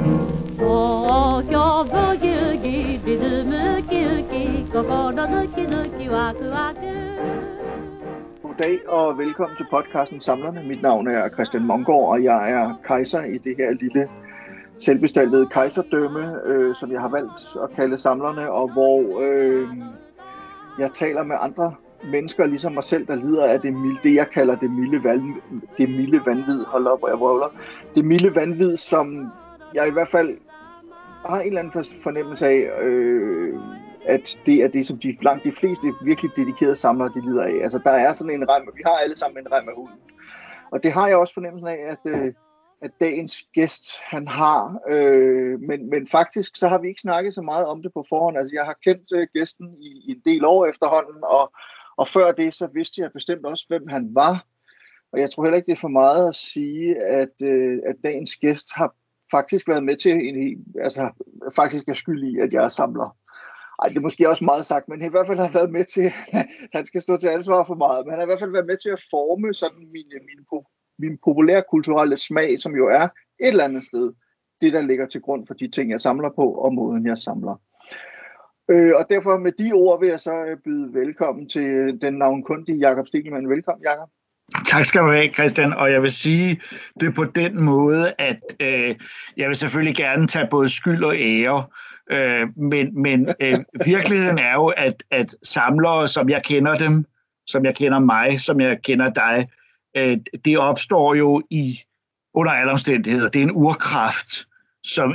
Goddag og velkommen til podcasten Samlerne. Mit navn er Christian Mongård, og jeg er kejser i det her lille selvbestaltede kejserdømme, som jeg har valgt at kalde Samlerne, og hvor jeg taler med andre mennesker, ligesom mig selv, der lider af det jeg kalder det milde vanvid. Hold op, og jeg vrøvler. Det milde vanvid, som jeg i hvert fald har en eller anden fornemmelse af, at det er det, som langt de fleste virkelig dedikerede samlere, de lider af. Altså, der er sådan en rem, vi har alle sammen en rem af huden. Og det har jeg også fornemmelsen af, at dagens gæst, han har. Men faktisk, så har vi ikke snakket så meget om det på forhånd. Altså, jeg har kendt gæsten i en del år efterhånden, og før det, så vidste jeg bestemt også, hvem han var. Og jeg tror heller ikke, det er for meget at sige, at dagens gæst har faktisk været med til, faktisk er skyld i, at jeg er samler. Ej, det er måske også meget sagt, men i hvert fald har været med til, han skal stå til ansvar for meget, men han har i hvert fald været med til at forme sådan min populærkulturelle smag, som jo er et eller andet sted, det der ligger til grund for de ting, jeg samler på, og måden, jeg samler. Og derfor med de ord vil jeg så byde velkommen til den navnkundige Jakob Stegelmann. Velkommen, Jakob. Tak skal du have, Christian, og jeg vil sige det på den måde, at jeg vil selvfølgelig gerne tage både skyld og ære, men virkeligheden er jo, at samlere, som jeg kender dem, som jeg kender mig, som jeg kender dig, det opstår jo under alle omstændigheder. Det er en urkraft, som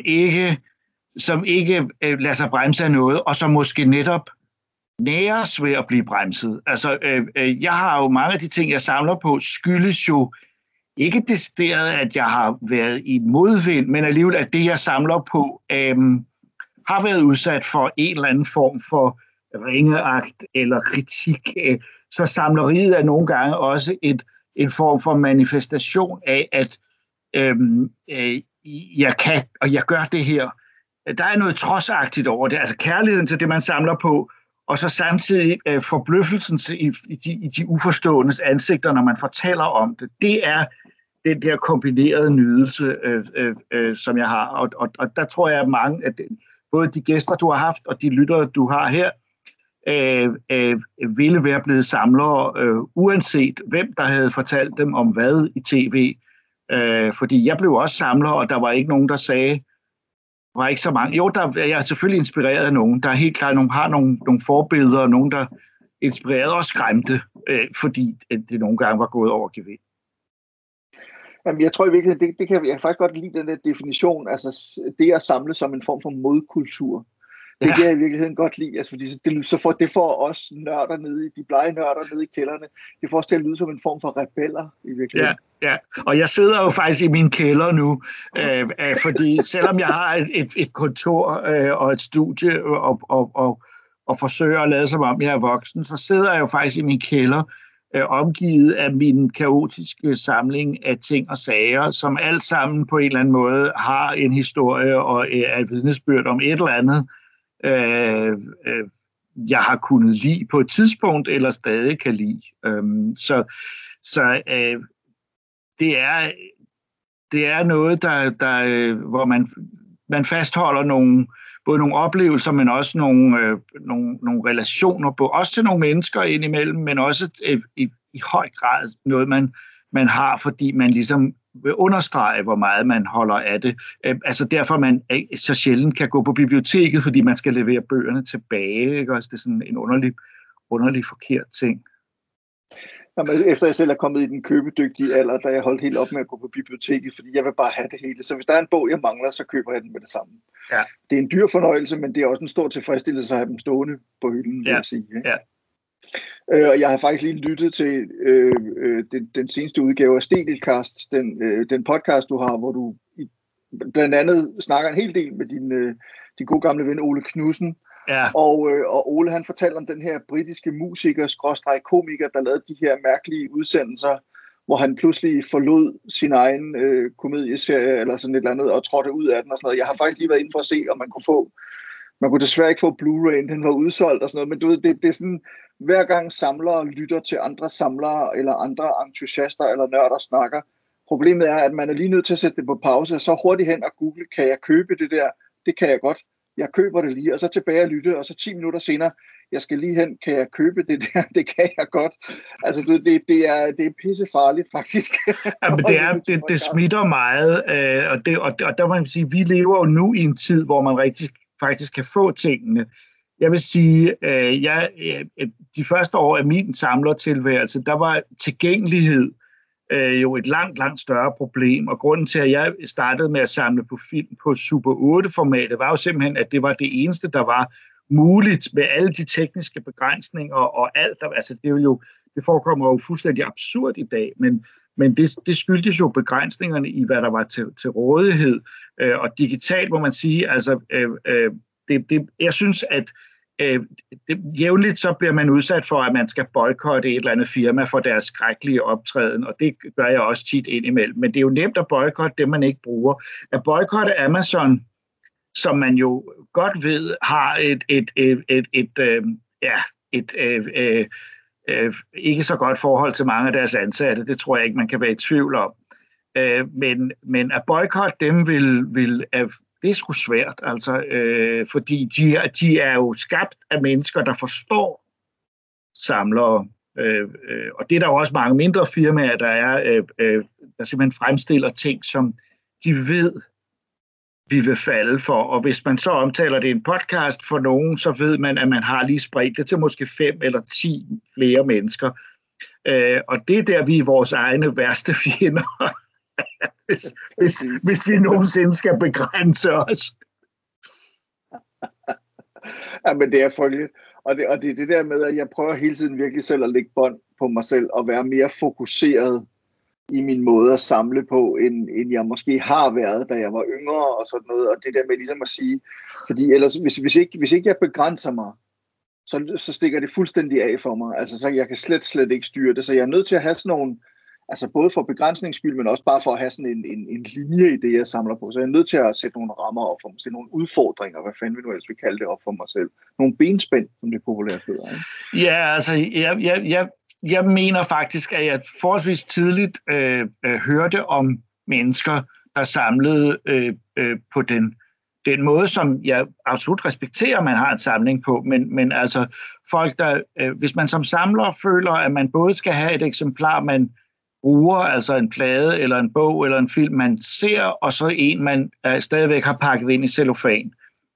ikke lader sig bremse af noget, og som måske netop næres ved at blive bremset. Altså, jeg har jo mange af de ting, jeg samler på, skyldes jo ikke decideret, at jeg har været i modvind, men alligevel, at det, jeg samler på, har været udsat for en eller anden form for ringeagt eller kritik. Så samleriet er nogle gange også en form for manifestation af, at jeg kan, og jeg gør det her. Der er noget trodsagtigt over det, altså kærligheden til det, man samler på, og så samtidig forbløffelsen i de uforståendes ansigter, når man fortæller om det. Det er den der kombinerede nydelse, som jeg har. Og der tror jeg, at mange, at både de gæster, du har haft, og de lyttere, du har her, ville være blevet samlere, uanset hvem, der havde fortalt dem om hvad i tv. Fordi jeg blev også samler, og der var ikke nogen, der sagde, var ikke så mange. Jo, jeg er selvfølgelig inspireret af nogen. Der er helt klart, nogen har nogle forbilleder, og nogen, der inspirerede og skræmte, fordi det nogle gange var gået over gevind. Jamen, jeg tror i virkeligheden, jeg kan faktisk godt lide den der definition, altså det at samle som en form for modkultur. Det kan jeg i virkeligheden godt lide, altså, fordi det får os nørder nede, de blege nørder nede i kælderne, det får os til at lyde som en form for rebeller i virkeligheden. Ja, og jeg sidder jo faktisk i min kælder nu, fordi selvom jeg har et kontor og et studie og forsøger at lade som om jeg er voksen, så sidder jeg jo faktisk i min kælder, omgivet af min kaotiske samling af ting og sager, som alt sammen på en eller anden måde har en historie og er et vidnesbyrd om et eller andet, jeg har kunnet lide på et tidspunkt, eller stadig kan lide. Så det er noget, hvor man fastholder både nogle oplevelser, men også nogle relationer, også til nogle mennesker indimellem, men også i høj grad noget, man har, fordi man ligesom vil understrege, hvor meget man holder af det. Altså derfor man så sjældent kan gå på biblioteket, fordi man skal levere bøgerne tilbage. Ikke? Også det er sådan en underlig forkert ting. Jamen, efter jeg selv er kommet i den købedygtige alder, da jeg holdt helt op med at gå på biblioteket, fordi jeg vil bare have det hele. Så hvis der er en bog, jeg mangler, så køber jeg den med det samme. Ja. Det er en dyr fornøjelse, men det er også en stor tilfredsstillelse at have dem stående på hylden, vil jeg sige. Ikke? Ja. Og jeg har faktisk lige lyttet til den seneste udgave af Stegelcast, den podcast, du har, hvor du blandt andet snakker en hel del med din gode gamle ven Ole Knudsen. Ja. Og Ole, han fortalte om den her britiske musiker/komiker, der lavede de her mærkelige udsendelser, hvor han pludselig forlod sin egen komedieserie eller sådan et eller andet, og trådte ud af den og sådan noget. Jeg har faktisk lige været inde for at se, om man kunne desværre ikke få Blu-ray, den var udsolgt og sådan noget, men du ved, det er sådan, hver gang samlere lytter til andre samlere eller andre entusiaster eller nørder snakker, Problemet er, at man er lige nødt til at sætte det på pause, og så hurtigt hen og google, kan jeg købe det der? Det kan jeg godt. Jeg køber det lige, og så tilbage og lytte, og så 10 minutter senere, jeg skal lige hen, kan jeg købe det der? Det kan jeg godt. Altså, det er pissefarligt, faktisk. Jamen, det smitter meget, og der må man sige, vi lever jo nu i en tid, hvor man faktisk kan få tingene. Jeg vil sige, de første år af min samlertilværelse, der var tilgængelighed jo et langt større problem, og grunden til, at jeg startede med at samle på film på Super 8-formatet, var jo simpelthen, at det var det eneste, der var muligt med alle de tekniske begrænsninger og alt. Altså, det forekommer jo fuldstændig absurd i dag, men det skyldtes jo begrænsningerne i, hvad der var til rådighed. Og digitalt må man sige, altså, jeg synes, at jævnligt så bliver man udsat for, at man skal boykotte et eller andet firma for deres skrækkelige optræden, og det gør jeg også tit indimellem. Men det er jo nemt at boykotte det, man ikke bruger. At boykotte Amazon, som man jo godt ved har et ikke så godt forhold til mange af deres ansatte, det tror jeg ikke, man kan være i tvivl om. Men at boykotte dem det er sgu svært, altså, fordi de er jo skabt af mennesker, der forstår samlere. Og det er der jo også mange mindre firmaer, der simpelthen fremstiller ting, som de ved, vi vil falde for. Og hvis man så omtaler det i en podcast for nogen, så ved man, at man har lige spredt det til måske 5 eller 10 flere mennesker. Og det er der, vi er vores egne værste fjender. hvis vi nogensinde skal begrænse os. Ja, men det er frygteligt. Og det er det der med, at jeg prøver hele tiden virkelig selv at lægge bånd på mig selv og være mere fokuseret i min måde at samle på, end jeg måske har været, da jeg var yngre og sådan noget. Og det der med ligesom at sige, fordi ellers, hvis ikke jeg begrænser mig, så stikker det fuldstændig af for mig. Altså, så jeg kan slet ikke styre det. Så jeg er nødt til at have sådan nogle, altså både for begrænsningsskyld, men også bare for at have sådan en linje i det, jeg samler på. Så jeg er nødt til at sætte nogle rammer op for mig, sætte nogle udfordringer, hvad fanden vi nu ellers vil kalde det, op for mig selv. Nogle benspænd, som det populært hedder. Ikke? Ja, altså, jeg mener faktisk, at jeg forholdsvis tidligt hørte om mennesker, der samlede på den måde, som jeg absolut respekterer, man har en samling på, men altså folk, der, hvis man som samler føler, at man både skal have et eksemplar, man bruger, altså en plade eller en bog eller en film, man ser, og så en, man stadigvæk har pakket ind i cellofan.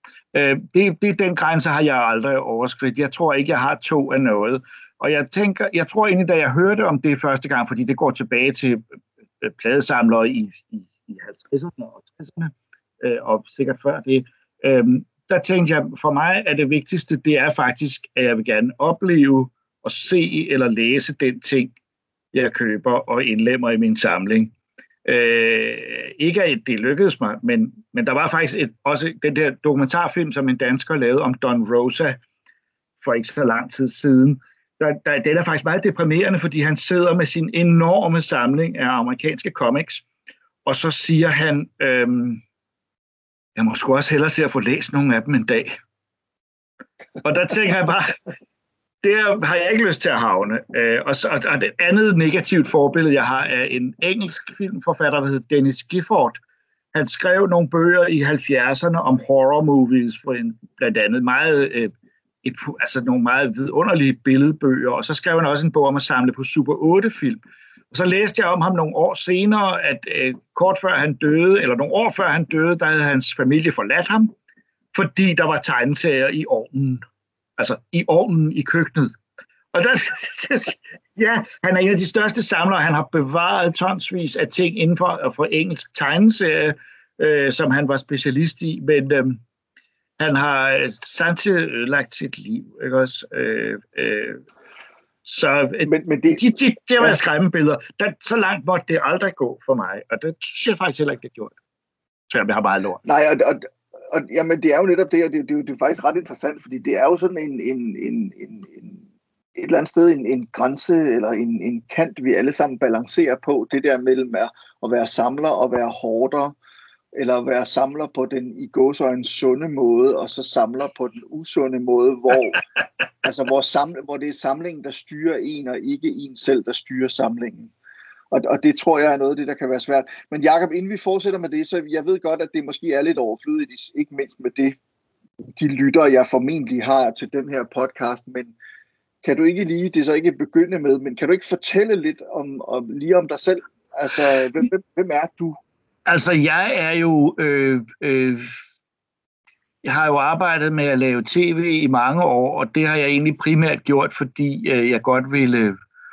Den grænse har jeg aldrig overskridt. Jeg tror ikke, jeg har 2 af noget. Og jeg tror egentlig, da jeg hørte om det første gang, fordi det går tilbage til pladesamlere i 50'erne og 60'erne, og sikkert før det, der tænkte jeg, for mig er det vigtigste, det er faktisk, at jeg vil gerne opleve og se eller læse den ting, jeg køber og indlemmer i min samling. Ikke at det lykkedes mig, men der var faktisk også den der dokumentarfilm, som en dansker lavede om Don Rosa for ikke så lang tid siden. Den er faktisk meget deprimerende, fordi han sidder med sin enorme samling af amerikanske comics, og så siger han, jeg må sgu også hellere se at få læst nogle af dem en dag. Og der tænker jeg bare, det har jeg ikke lyst til at havne. Og det andet negativt forbillede, jeg har, er en engelsk filmforfatter, der hedder Dennis Gifford. Han skrev nogle bøger i 70'erne om horror movies, blandt andet nogle meget vidunderlige billedbøger, og så skrev han også en bog om at samle på Super 8-film. Og så læste jeg om ham nogle år senere, at kort før han døde, eller nogle år før han døde, der havde hans familie forladt ham, fordi der var tegneserier i ovnen. Altså i ovnen i køkkenet. Og der, ja, han er en af de største samlere. Han har bevaret tonsvis af ting inden for engelsk tegneserie, som han var specialist i, men han har samtidig ødelagt sit liv, ikke også? Men det var skræmmebilleder. Så langt måtte det aldrig gå for mig, og det synes jeg faktisk heller ikke, det gjorde. Så jeg har meget lort. Nej, og jamen, det er jo netop det, og det er faktisk ret interessant, fordi det er jo sådan et eller andet sted en grænse, eller en kant, vi alle sammen balancerer på, det der mellem at være samler og være hoarder, eller være samler på den i gåseøjne sunde måde, og så samler på den usunde måde, hvor det er samlingen, der styrer en, og ikke en selv, der styrer samlingen. Og det tror jeg er noget af det, der kan være svært. Men Jakob, inden vi fortsætter med det, så jeg ved godt, at det måske er lidt overflødigt, ikke mindst med det, de lyttere, jeg formentlig har til den her podcast, men kan du ikke lige, det er så ikke begynde med, men kan du ikke fortælle lidt om dig selv? Altså, hvem er du? Altså, jeg er jo... Jeg har jo arbejdet med at lave tv i mange år, og det har jeg egentlig primært gjort, fordi jeg godt ville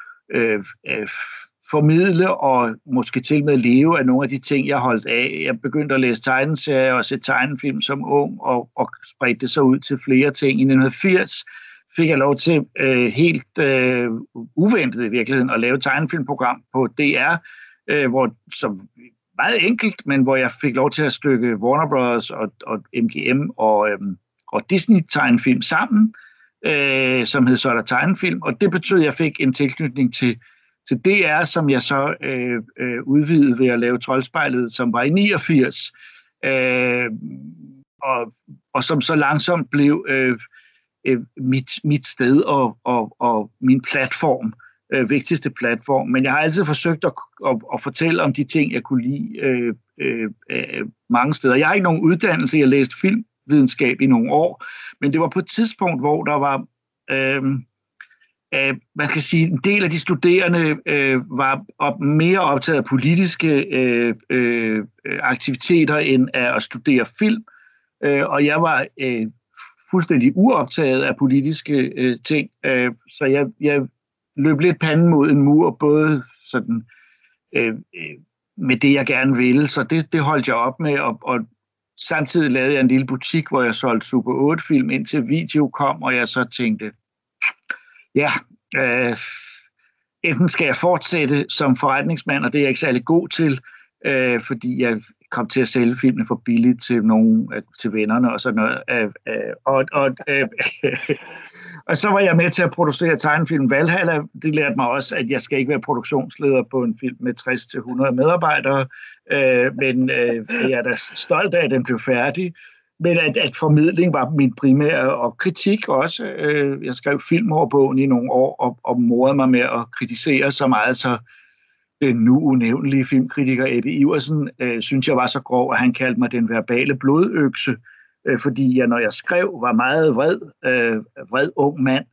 formidle og måske til med leve af nogle af de ting, jeg holdt af. Jeg begyndte at læse tegneserier og se tegnefilm som ung, og spredte det så ud til flere ting. I 1980 fik jeg lov til helt uventet i virkeligheden at lave et tegnefilmprogram på DR, som meget enkelt, men hvor jeg fik lov til at stykke Warner Bros. Og MGM og Disney-tegnefilm sammen, som hed Så der tegnefilm, og det betød, at jeg fik en tilknytning til DR, som jeg så udvidede ved at lave Troldspejlet, som var i 89, og som så langsomt blev mit sted og min platform, vigtigste platform. Men jeg har altid forsøgt at fortælle om de ting, jeg kunne lide mange steder. Jeg har ikke nogen uddannelse, jeg læste filmvidenskab i nogle år, men det var på et tidspunkt, hvor der var, man kan sige, en del af de studerende var mere optaget af politiske aktiviteter end af at studere film, og jeg var fuldstændig uoptaget af politiske ting, så jeg løb lidt panden mod en mur, både sådan med det, jeg gerne ville, så det holdt jeg op med, og samtidig lavede jeg en lille butik, hvor jeg solgte Super 8-film, indtil video kom, og jeg så tænkte, ja, enten skal jeg fortsætte som forretningsmand, og det er jeg ikke særlig god til, fordi jeg kom til at sælge filmene for billigt til vennerne og sådan noget, og så var jeg med til at producere tegnefilm Valhalla. Det lærte mig også, at jeg skal ikke være produktionsleder på en film med 60-100 medarbejdere, men jeg er da stolt af, at den blev færdig. Men at formidling var min primære, og kritik også. Jeg skrev filmårbogen i nogle år, og morede mig med at kritisere så meget, så den nu unævnlige filmkritiker Ebbe Iversen synes jeg var så grov, at han kaldte mig den verbale blodøkse, fordi jeg, når jeg skrev, var meget vred ung mand.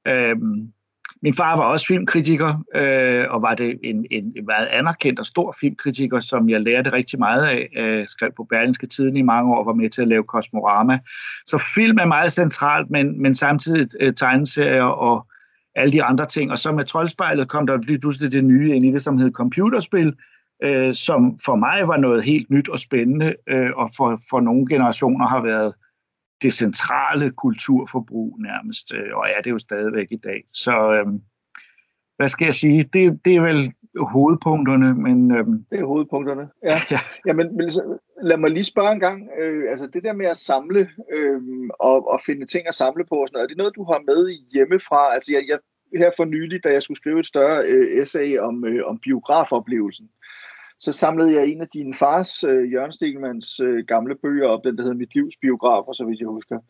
Min far var også filmkritiker, og var det en meget anerkendt og stor filmkritiker, som jeg lærte rigtig meget af. Skrev på Berlingske Tidend i mange år, var med til at lave Kosmorama. Så film er meget centralt, men samtidig tegneserier og alle de andre ting. Og så med Troldspejlet kom der lige pludselig det nye ind i det, som hed computerspil, som for mig var noget helt nyt og spændende, og for nogle generationer har været det centrale kulturforbrug nærmest, og er det jo stadigvæk i dag. Så hvad skal jeg sige? Det er vel hovedpunkterne, men... Det er hovedpunkterne, ja. Ja, men lad mig lige spørge en gang, altså det der med at samle og finde ting at samle på og sådan noget, er det noget, du har med hjemmefra? Altså jeg her for nylig, da jeg skulle skrive et større essay om biografoplevelsen, så samlede jeg en af din fars, Jørgen Stegelmanns gamle bøger op, den der hedder Mit livs biografer, så vidt jeg husker.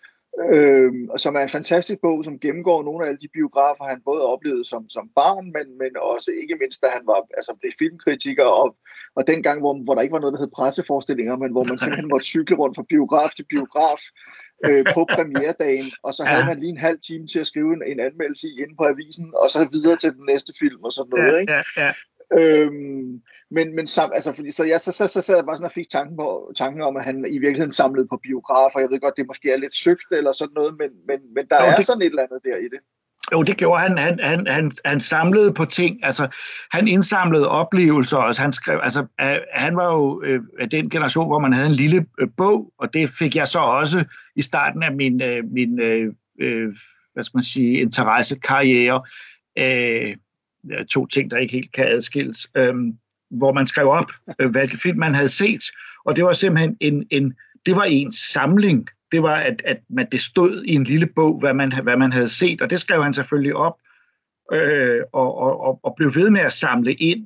Og som er en fantastisk bog, som gennemgår nogle af alle de biografer, han både oplevede som barn, men også ikke mindst, da han blev filmkritiker, og dengang, hvor der ikke var noget, der hed presseforestillinger, men hvor man simpelthen måtte cykle rundt fra biograf til biograf på premieredagen, og så havde man lige en halv time til at skrive en anmeldelse inde på avisen, og så videre til den næste film og sådan noget, ikke? Ja. Men så sad jeg bare sådan og fik tanken om, at han i virkeligheden samlede på biografer. Jeg ved godt, det måske er lidt søgt eller sådan noget, men der er sådan et eller andet der i det. Jo, det gjorde han. Han samlede på ting. Altså, han indsamlede oplevelser også. Han skrev, altså, han var jo af den generation, hvor man havde en lille bog, og det fik jeg så også i starten af min hvad skal man sige, interessekarriere. To ting, der ikke helt kan adskilles, hvor man skrev op, hvilke film man havde set, og det var simpelthen det var en samling. Det var, at det stod i en lille bog, hvad man havde set, og det skrev han selvfølgelig op, og blev ved med at samle ind.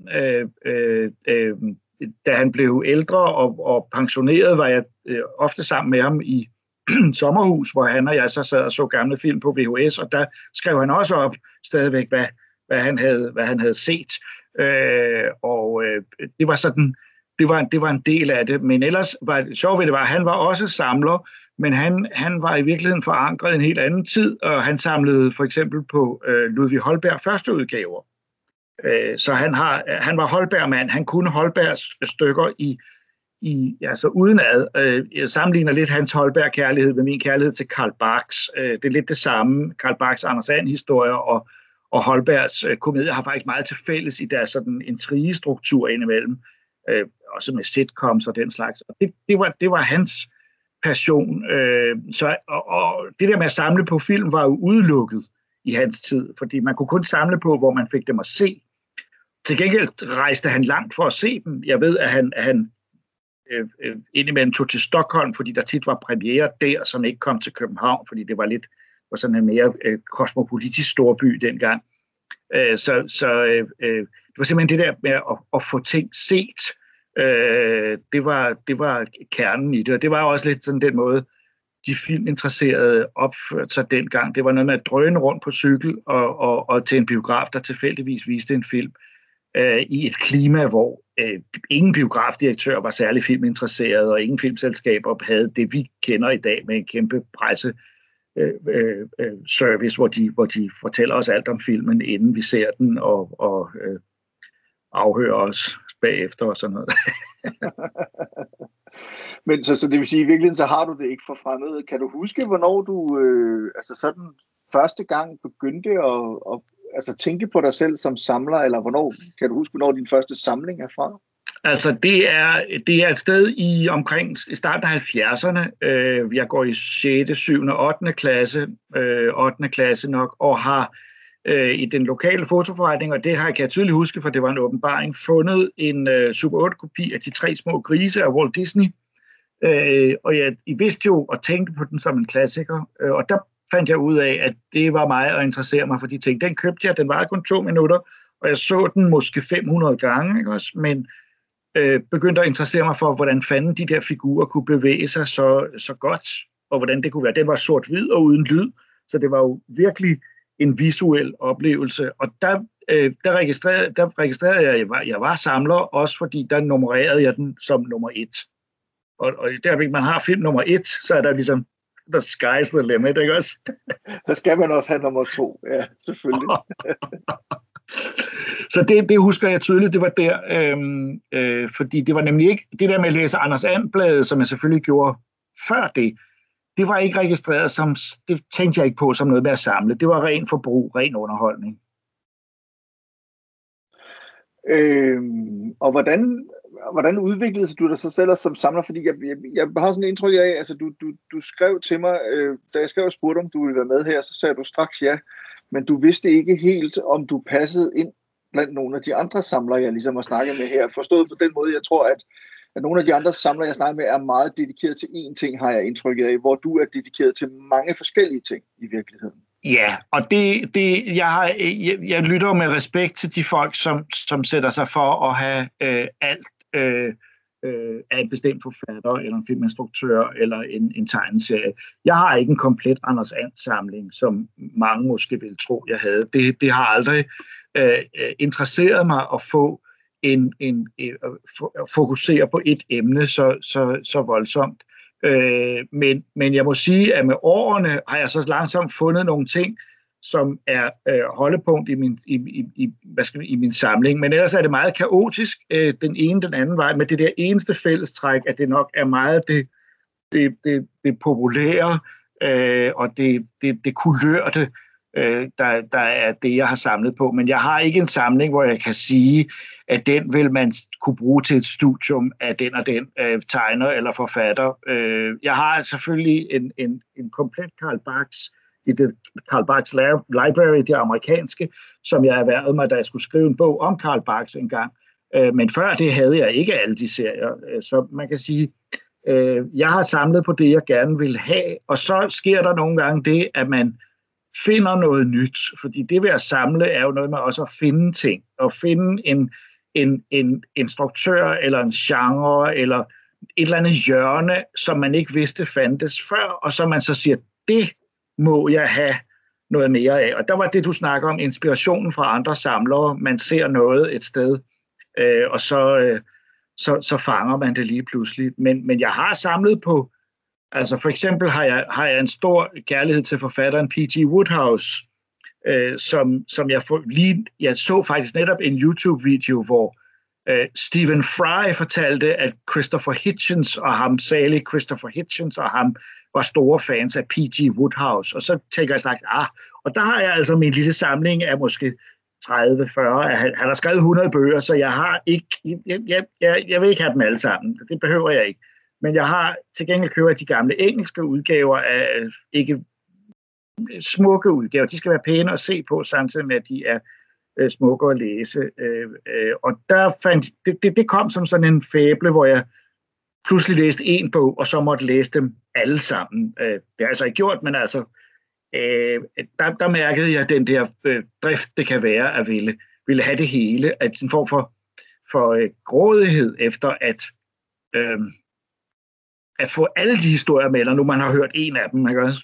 Da han blev ældre og pensioneret, var jeg ofte sammen med ham i sommerhus, hvor han og jeg så gamle film på VHS, og der skrev han også op stadigvæk, hvad han havde set. Det var sådan, det var en del af det, men ellers var det sjovt ved det var, at han var også samler, men han var i virkeligheden forankret i en helt anden tid, og han samlede for eksempel på Ludvig Holberg første udgaver. Så han var Holberg-mand, han kunne Holbergs stykker altså udenad. Jeg sammenligner lidt hans Holberg-kærlighed med min kærlighed til Karl Barks. Det er lidt det samme. Karl Barks Anders And-historier og Holbergs komedier har faktisk meget til fælles i deres sådan intrigestruktur indimellem. Også med sitcoms og den slags. Og det var hans passion. Og det der med at samle på film var jo udelukket i hans tid, fordi man kunne kun samle på, hvor man fik dem at se. Til gengæld rejste han langt for at se dem. Jeg ved, at han indimellem tog til Stockholm, fordi der tit var premiere der, som ikke kom til København, fordi det var sådan en mere kosmopolitisk storby dengang. Det var simpelthen det der med at få ting set. Det var kernen i det, og det var også lidt sådan den måde, de filminteresserede opførte sig dengang. Det var noget med at drøne rundt på cykel og til en biograf, der tilfældigvis viste en film i et klima, hvor ingen biografdirektør var særlig filminteresseret, og ingen filmselskaber havde det, vi kender i dag med en kæmpe presseservice, hvor de fortæller os alt om filmen, inden vi ser den, og afhører os bagefter og sådan noget. Men så det vil sige, i virkeligheden, så har du det ikke for fremmed. Kan du huske, hvornår du sådan første gang begyndte at tænke på dig selv som samler, eller kan du huske, hvornår din første samling er fra? Altså, det er et sted omkring i starten af 70'erne. Jeg går i 6., 7. og 8. klasse, 8. klasse nok, og har i den lokale fotoforretning, og det kan jeg tydeligt huske, for det var en åbenbaring, fundet en Super 8-kopi af De 3 små grise af Walt Disney. Og jeg vidste jo og tænkte på den som en klassiker, og der fandt jeg ud af, at det var mig at interessere mig for de ting. Den købte jeg, den varede kun 2 minutter, og jeg så den måske 500 gange, ikke også? Men begyndte at interessere mig for, hvordan fanden de der figurer kunne bevæge sig så godt, og hvordan det kunne være. Den var sort-hvid og uden lyd, så det var jo virkelig en visuel oplevelse. Og der registrerede jeg, at jeg var samler, også fordi der nummererede jeg den som nummer 1. Og der, man har film nummer 1, så er der ligesom the sky's the limit, ikke også? Der skal man også have nummer 2, ja, selvfølgelig. Så det husker jeg tydeligt, det var der, fordi det var nemlig ikke, det der med at læse Anders And-bladet, som jeg selvfølgelig gjorde før det var ikke registreret som, det tænkte jeg ikke på som noget med at samle. Det var ren forbrug, ren underholdning. Og hvordan udviklede du dig så selv som samler? Fordi jeg har sådan et indtryk af, altså du skrev til mig, da jeg skrev og spurgte, om du ville være med her, så sagde du straks ja, men du vidste ikke helt, om du passede ind blandt nogle af de andre samlere, jeg ligesom har snakket med her. Forstået på den måde, jeg tror, at nogle af de andre samlere, jeg snakker med, er meget dedikeret til én ting, har jeg indtrykket af, hvor du er dedikeret til mange forskellige ting i virkeligheden. Ja, og jeg lytter med respekt til de folk, som sætter sig for at have alt af en bestemt forfatter, eller en filminstruktør, eller en tegneserie. Jeg har ikke en komplet Anders And-samling, som mange måske ville tro, jeg havde. Det har aldrig interesseret mig at få fokusere på et emne så voldsomt. Men jeg må sige, at med årene har jeg så langsomt fundet nogle ting, som er holdepunkt i min samling. Men ellers er det meget kaotisk, den ene den anden vej, med det der eneste fællestræk, at det nok er meget det populære og det kulørte, der er det, jeg har samlet på. Men jeg har ikke en samling, hvor jeg kan sige, at den vil man kunne bruge til et studium af den og den tegner eller forfatter. Jeg har selvfølgelig en komplet Karl Barks i det Karl Barks Library, det amerikanske, som jeg erhvervede mig, da jeg skulle skrive en bog om Karl Barks engang. Men før det havde jeg ikke alle de serier. Så man kan sige, jeg har samlet på det, jeg gerne vil have, og så sker der nogle gange det, at man finder noget nyt, fordi det ved at samle er jo noget med også at finde ting, og finde en instruktør eller en genre eller et eller andet hjørne, som man ikke vidste fandtes før, og så man så siger, det må jeg have noget mere af. Og der var det, du snakker om, inspirationen fra andre samlere. Man ser noget et sted, og så fanger man det lige pludselig. Men jeg har samlet på, altså for eksempel har jeg en stor kærlighed til forfatteren P.G. Wodehouse, som jeg så faktisk netop en YouTube-video, hvor Stephen Fry fortalte, at Christopher Hitchens og ham var store fans af P.G. Wodehouse. Og så tænker jeg straks, og der har jeg altså min lille samling af måske 30-40. Han har skrevet 100 bøger, så jeg har ikke, jeg vil ikke have dem alle sammen. Det behøver jeg ikke. Men jeg har til gengæld købt de gamle engelske udgaver af ikke smukke udgaver. De skal være pæne at se på, samtidig med, at de er smukke at læse. Og der det kom som sådan en fable, hvor jeg pludselig læste en bog, og så måtte læse dem alle sammen. Det har jeg altså ikke gjort, men altså, der mærkede jeg den der drift, det kan være, at ville have det hele, at en form for grådighed efter at få alle de historier med, når nu man har hørt en af dem, ikke også?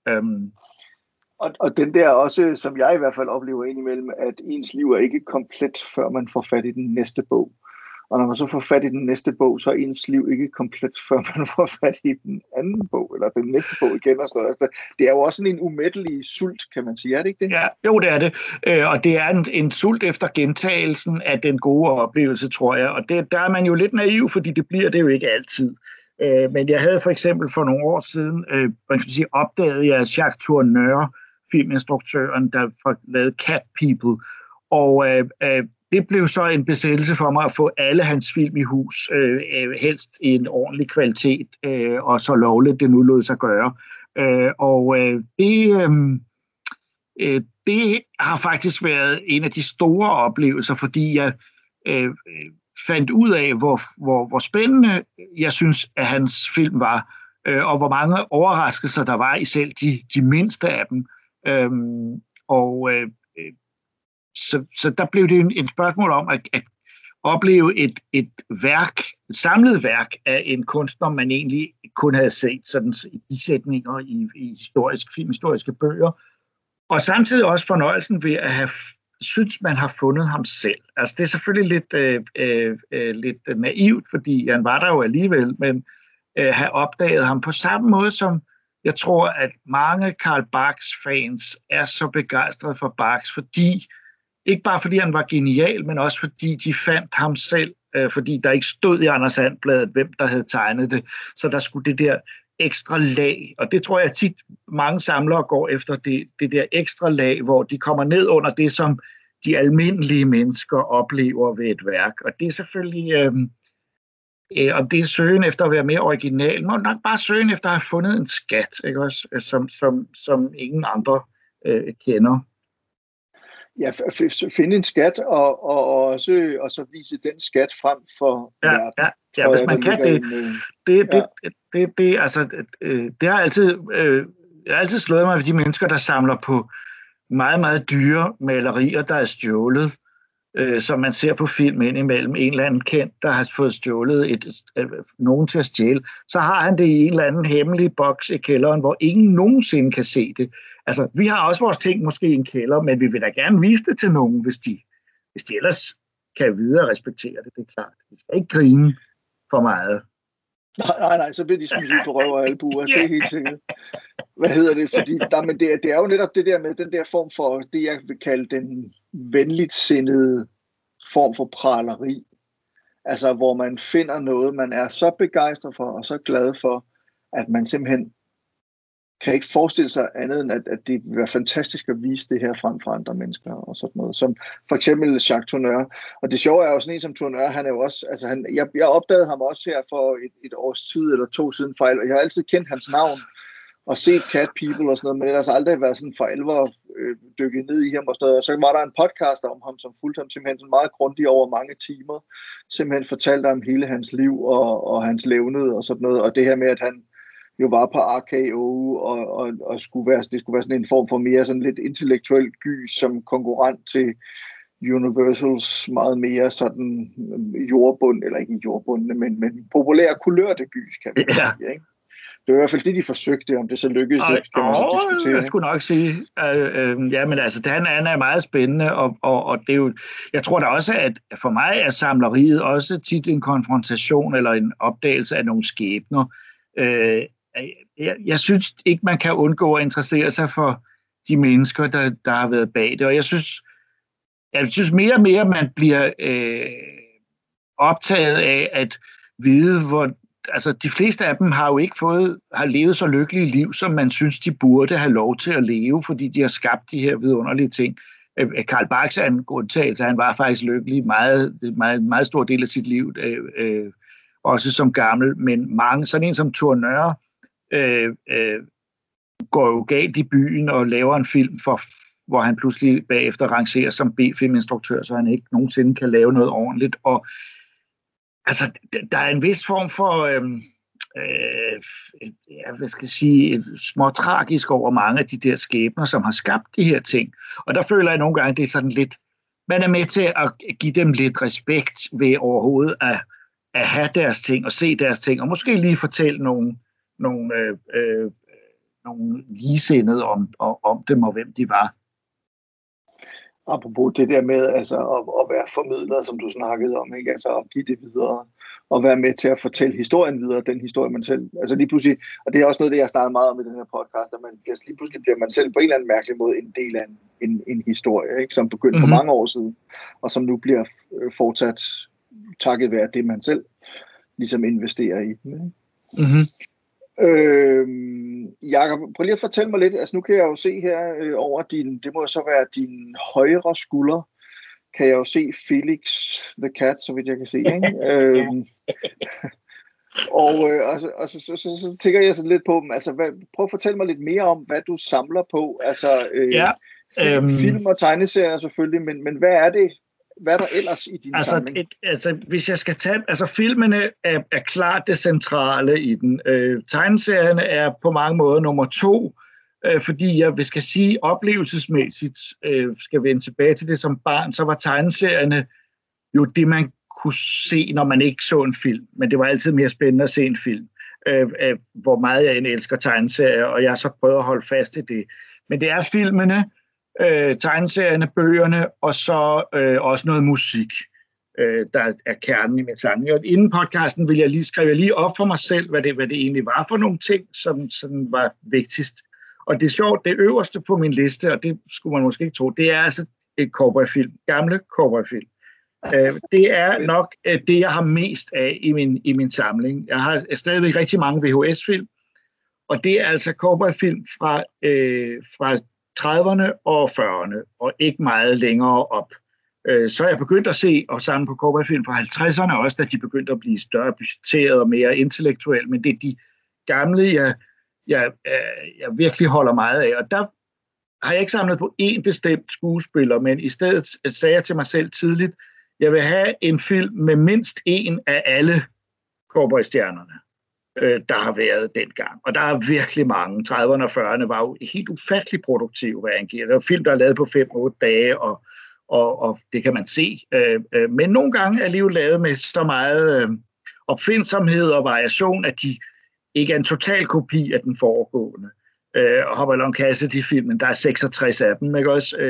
Og den der også, som jeg i hvert fald oplever indimellem, at ens liv er ikke komplet, før man får fat i den næste bog. Og når man så får fat i den næste bog, så er ens liv ikke komplet, før man får fat i den anden bog, eller den næste bog igen. Og sådan noget. Altså, det er jo også sådan en umættelig sult, kan man sige, er det ikke det? Ja, jo, det er det. Og det er en sult efter gentagelsen af den gode oplevelse, tror jeg. Og der er man jo lidt naiv, fordi det bliver det jo ikke altid. Men jeg havde for eksempel for nogle år siden, opdaget jeg Jacques Tourneur, filminstruktøren, der lavede Cat People. Og det blev så en besættelse for mig at få alle hans film i hus, helst i en ordentlig kvalitet, og så lovligt det nu lod sig gøre. Det har faktisk været en af de store oplevelser, fordi jeg fandt ud af, hvor spændende jeg synes, at hans film var, og hvor mange overraskelser der var i selv de mindste af dem. Så der blev det en spørgsmål om at opleve et samlet værk af en kunstner, man egentlig kun havde set sådan i sætninger i filmhistoriske bøger, og samtidig også fornøjelsen ved at have synes, man har fundet ham selv. Altså det er selvfølgelig lidt naivt, fordi han var der jo alligevel, men have opdaget ham på samme måde som jeg tror, at mange Carl Barks fans er så begejstrede for Barks, ikke bare fordi han var genial, men også fordi de fandt ham selv, fordi der ikke stod i Anders And-bladet, hvem der havde tegnet det. Så der skulle det der ekstra lag, og det tror jeg tit mange samlere går efter, det der ekstra lag, hvor de kommer ned under det, som de almindelige mennesker oplever ved et værk. Og det er selvfølgelig, om det er søgen efter at være mere original, må nok bare søgen efter at have fundet en skat, ikke også, som ingen andre kender. Ja, finde en skat, og så vise den skat frem for verden. Ja, hvis man kan det har altid slået mig ved de mennesker, der samler på meget, meget dyre malerier, der er stjålet, som man ser på film indimellem. En eller anden kendt, der har fået stjålet nogen til at stjæle. Så har han det i en eller anden hemmelig boks i kælderen, hvor ingen nogensinde kan se det. Altså, vi har også vores ting måske i en kælder, men vi vil da gerne vise det til nogen, hvis de ellers kan videre respektere det. Det er klart. De skal ikke grine for meget. Nej, så bliver de smidt ud på røv og albuer. Det er helt sikkert. Hvad hedder det? Fordi det er jo netop det der med den der form for, det jeg vil kalde den venligt sindede form for praleri. Altså, hvor man finder noget, man er så begejstret for og så glad for, at man simpelthen kan ikke forestille sig andet end, at det vil være fantastisk at vise det her frem for andre mennesker og sådan noget. Som for eksempel Jacques Tourneur. Og det sjove er jo sådan en som Tourneur, han er jo også, altså jeg opdagede ham også her for et års tid eller 2 siden fejl, og jeg har altid kendt hans navn og set Cat People og sådan noget, men ellers aldrig været sådan for alvor dykket ned i ham og sådan noget. Og så var der en podcast om ham, som fulgte ham simpelthen sådan meget grundigt over mange timer, simpelthen fortalte om hele hans liv og hans levned og sådan noget, og det her med, at han jo var på RKO, og det skulle være sådan en form for mere sådan lidt intellektuel gys som konkurrent til Universals meget mere sådan jordbund, eller ikke jordbundne, men populære kulørte gys, kan vi sige, ikke? det var i hvert fald det, de forsøgte. Om det så lykkedes, det kan man så diskutere. Jeg skulle nok sige, ja, men altså, han er meget spændende, og det er jo, jeg tror da også, at for mig er samleriet også tit en konfrontation eller en opdagelse af nogle skæbner. Jeg synes ikke, man kan undgå at interessere sig for de mennesker, der har været bag det, og jeg synes mere og mere, man bliver optaget af at vide, hvor altså de fleste af dem har jo ikke har levet så lykkelige liv, som man synes, de burde have lov til at leve, fordi de har skabt de her vidunderlige ting. Karl Barks er en undtagelse, han var faktisk lykkelig meget stor del af sit liv, også som gammel, men mange, sådan en som Tourneur, går jo galt i byen og laver en film, hvor han pludselig bagefter rangerer som B-filminstruktør, så han ikke nogensinde kan lave noget ordentligt. Og altså, der er en vis form for, småtragisk over mange af de der skæbner, som har skabt de her ting. Og der føler jeg nogle gange, det er sådan lidt, man er med til at give dem lidt respekt ved overhovedet at have deres ting og se deres ting, og måske lige fortælle nogle ligesindede om dem og hvem de var. Apropos det der med altså, at være formidler, som du snakkede om, ikke? Altså at give det videre, og være med til at fortælle historien videre, den historie, man selv... Altså lige pludselig, og det er også noget, det jeg snakkede meget om i den her podcast, at lige pludselig bliver man selv på en eller anden mærkelig måde en del af en historie, ikke? Som begyndte for mange år siden, og som nu bliver fortsat takket være det, man selv ligesom investerer i den. Ikke? Mm-hmm. Jakob, prøv lige at fortælle mig lidt. Altså nu kan jeg jo se her over det må så være din højre skulder, kan jeg jo se Felix the Cat, så vidt jeg kan se, ikke? Og så tænker jeg sådan lidt på dem. Altså, prøv at fortælle mig lidt mere om, hvad du samler på. Altså, film og tegneserier selvfølgelig, men hvad er det? Hvad er der ellers i din samling? Hvis jeg skal tage... Altså, filmene er klart det centrale i den. Tegneserierne er på mange måder nummer 2, fordi jeg skal sige, oplevelsesmæssigt skal vende tilbage til det som barn, så var tegneserierne jo det, man kunne se, når man ikke så en film. Men det var altid mere spændende at se en film. Hvor meget jeg end elsker tegneserier, og jeg har så prøvet at holde fast i det. Men det er filmene, tegneserierne, bøgerne, og så også noget musik, der er kernen i min samling. Og inden podcasten vil jeg skrive lige op for mig selv, hvad det egentlig var for nogle ting, som var vigtigst. Og det er sjovt, det øverste på min liste, og det skulle man måske ikke tro, det er altså et cowboyfilm, gamle cowboyfilm. Det er nok det, jeg har mest af i min samling. Jeg har stadigvæk rigtig mange VHS-film, og det er altså cowboyfilm fra 30'erne og 40'erne, og ikke meget længere op. Så er jeg begyndt at se og samle på cowboyfilm fra 50'erne også, da de begyndte at blive større budgetteret og mere intellektuelle, men det er de gamle, jeg virkelig holder meget af. Og der har jeg ikke samlet på én bestemt skuespiller, men i stedet sagde jeg til mig selv tidligt, jeg vil have en film med mindst en af alle cowboystjernerne, der har været dengang. Og der er virkelig mange. 30'erne og 40'erne var jo helt ufattelig produktive, hvad angiver. Der er film, der er lavet på 5-8 dage, og det kan man se. Men nogle gange er alligevel lavet med så meget opfindsomhed og variation, at de ikke er en total kopi af den foregående. Hopper Long Cassidy-filmen, der er 66 af dem, ikke også?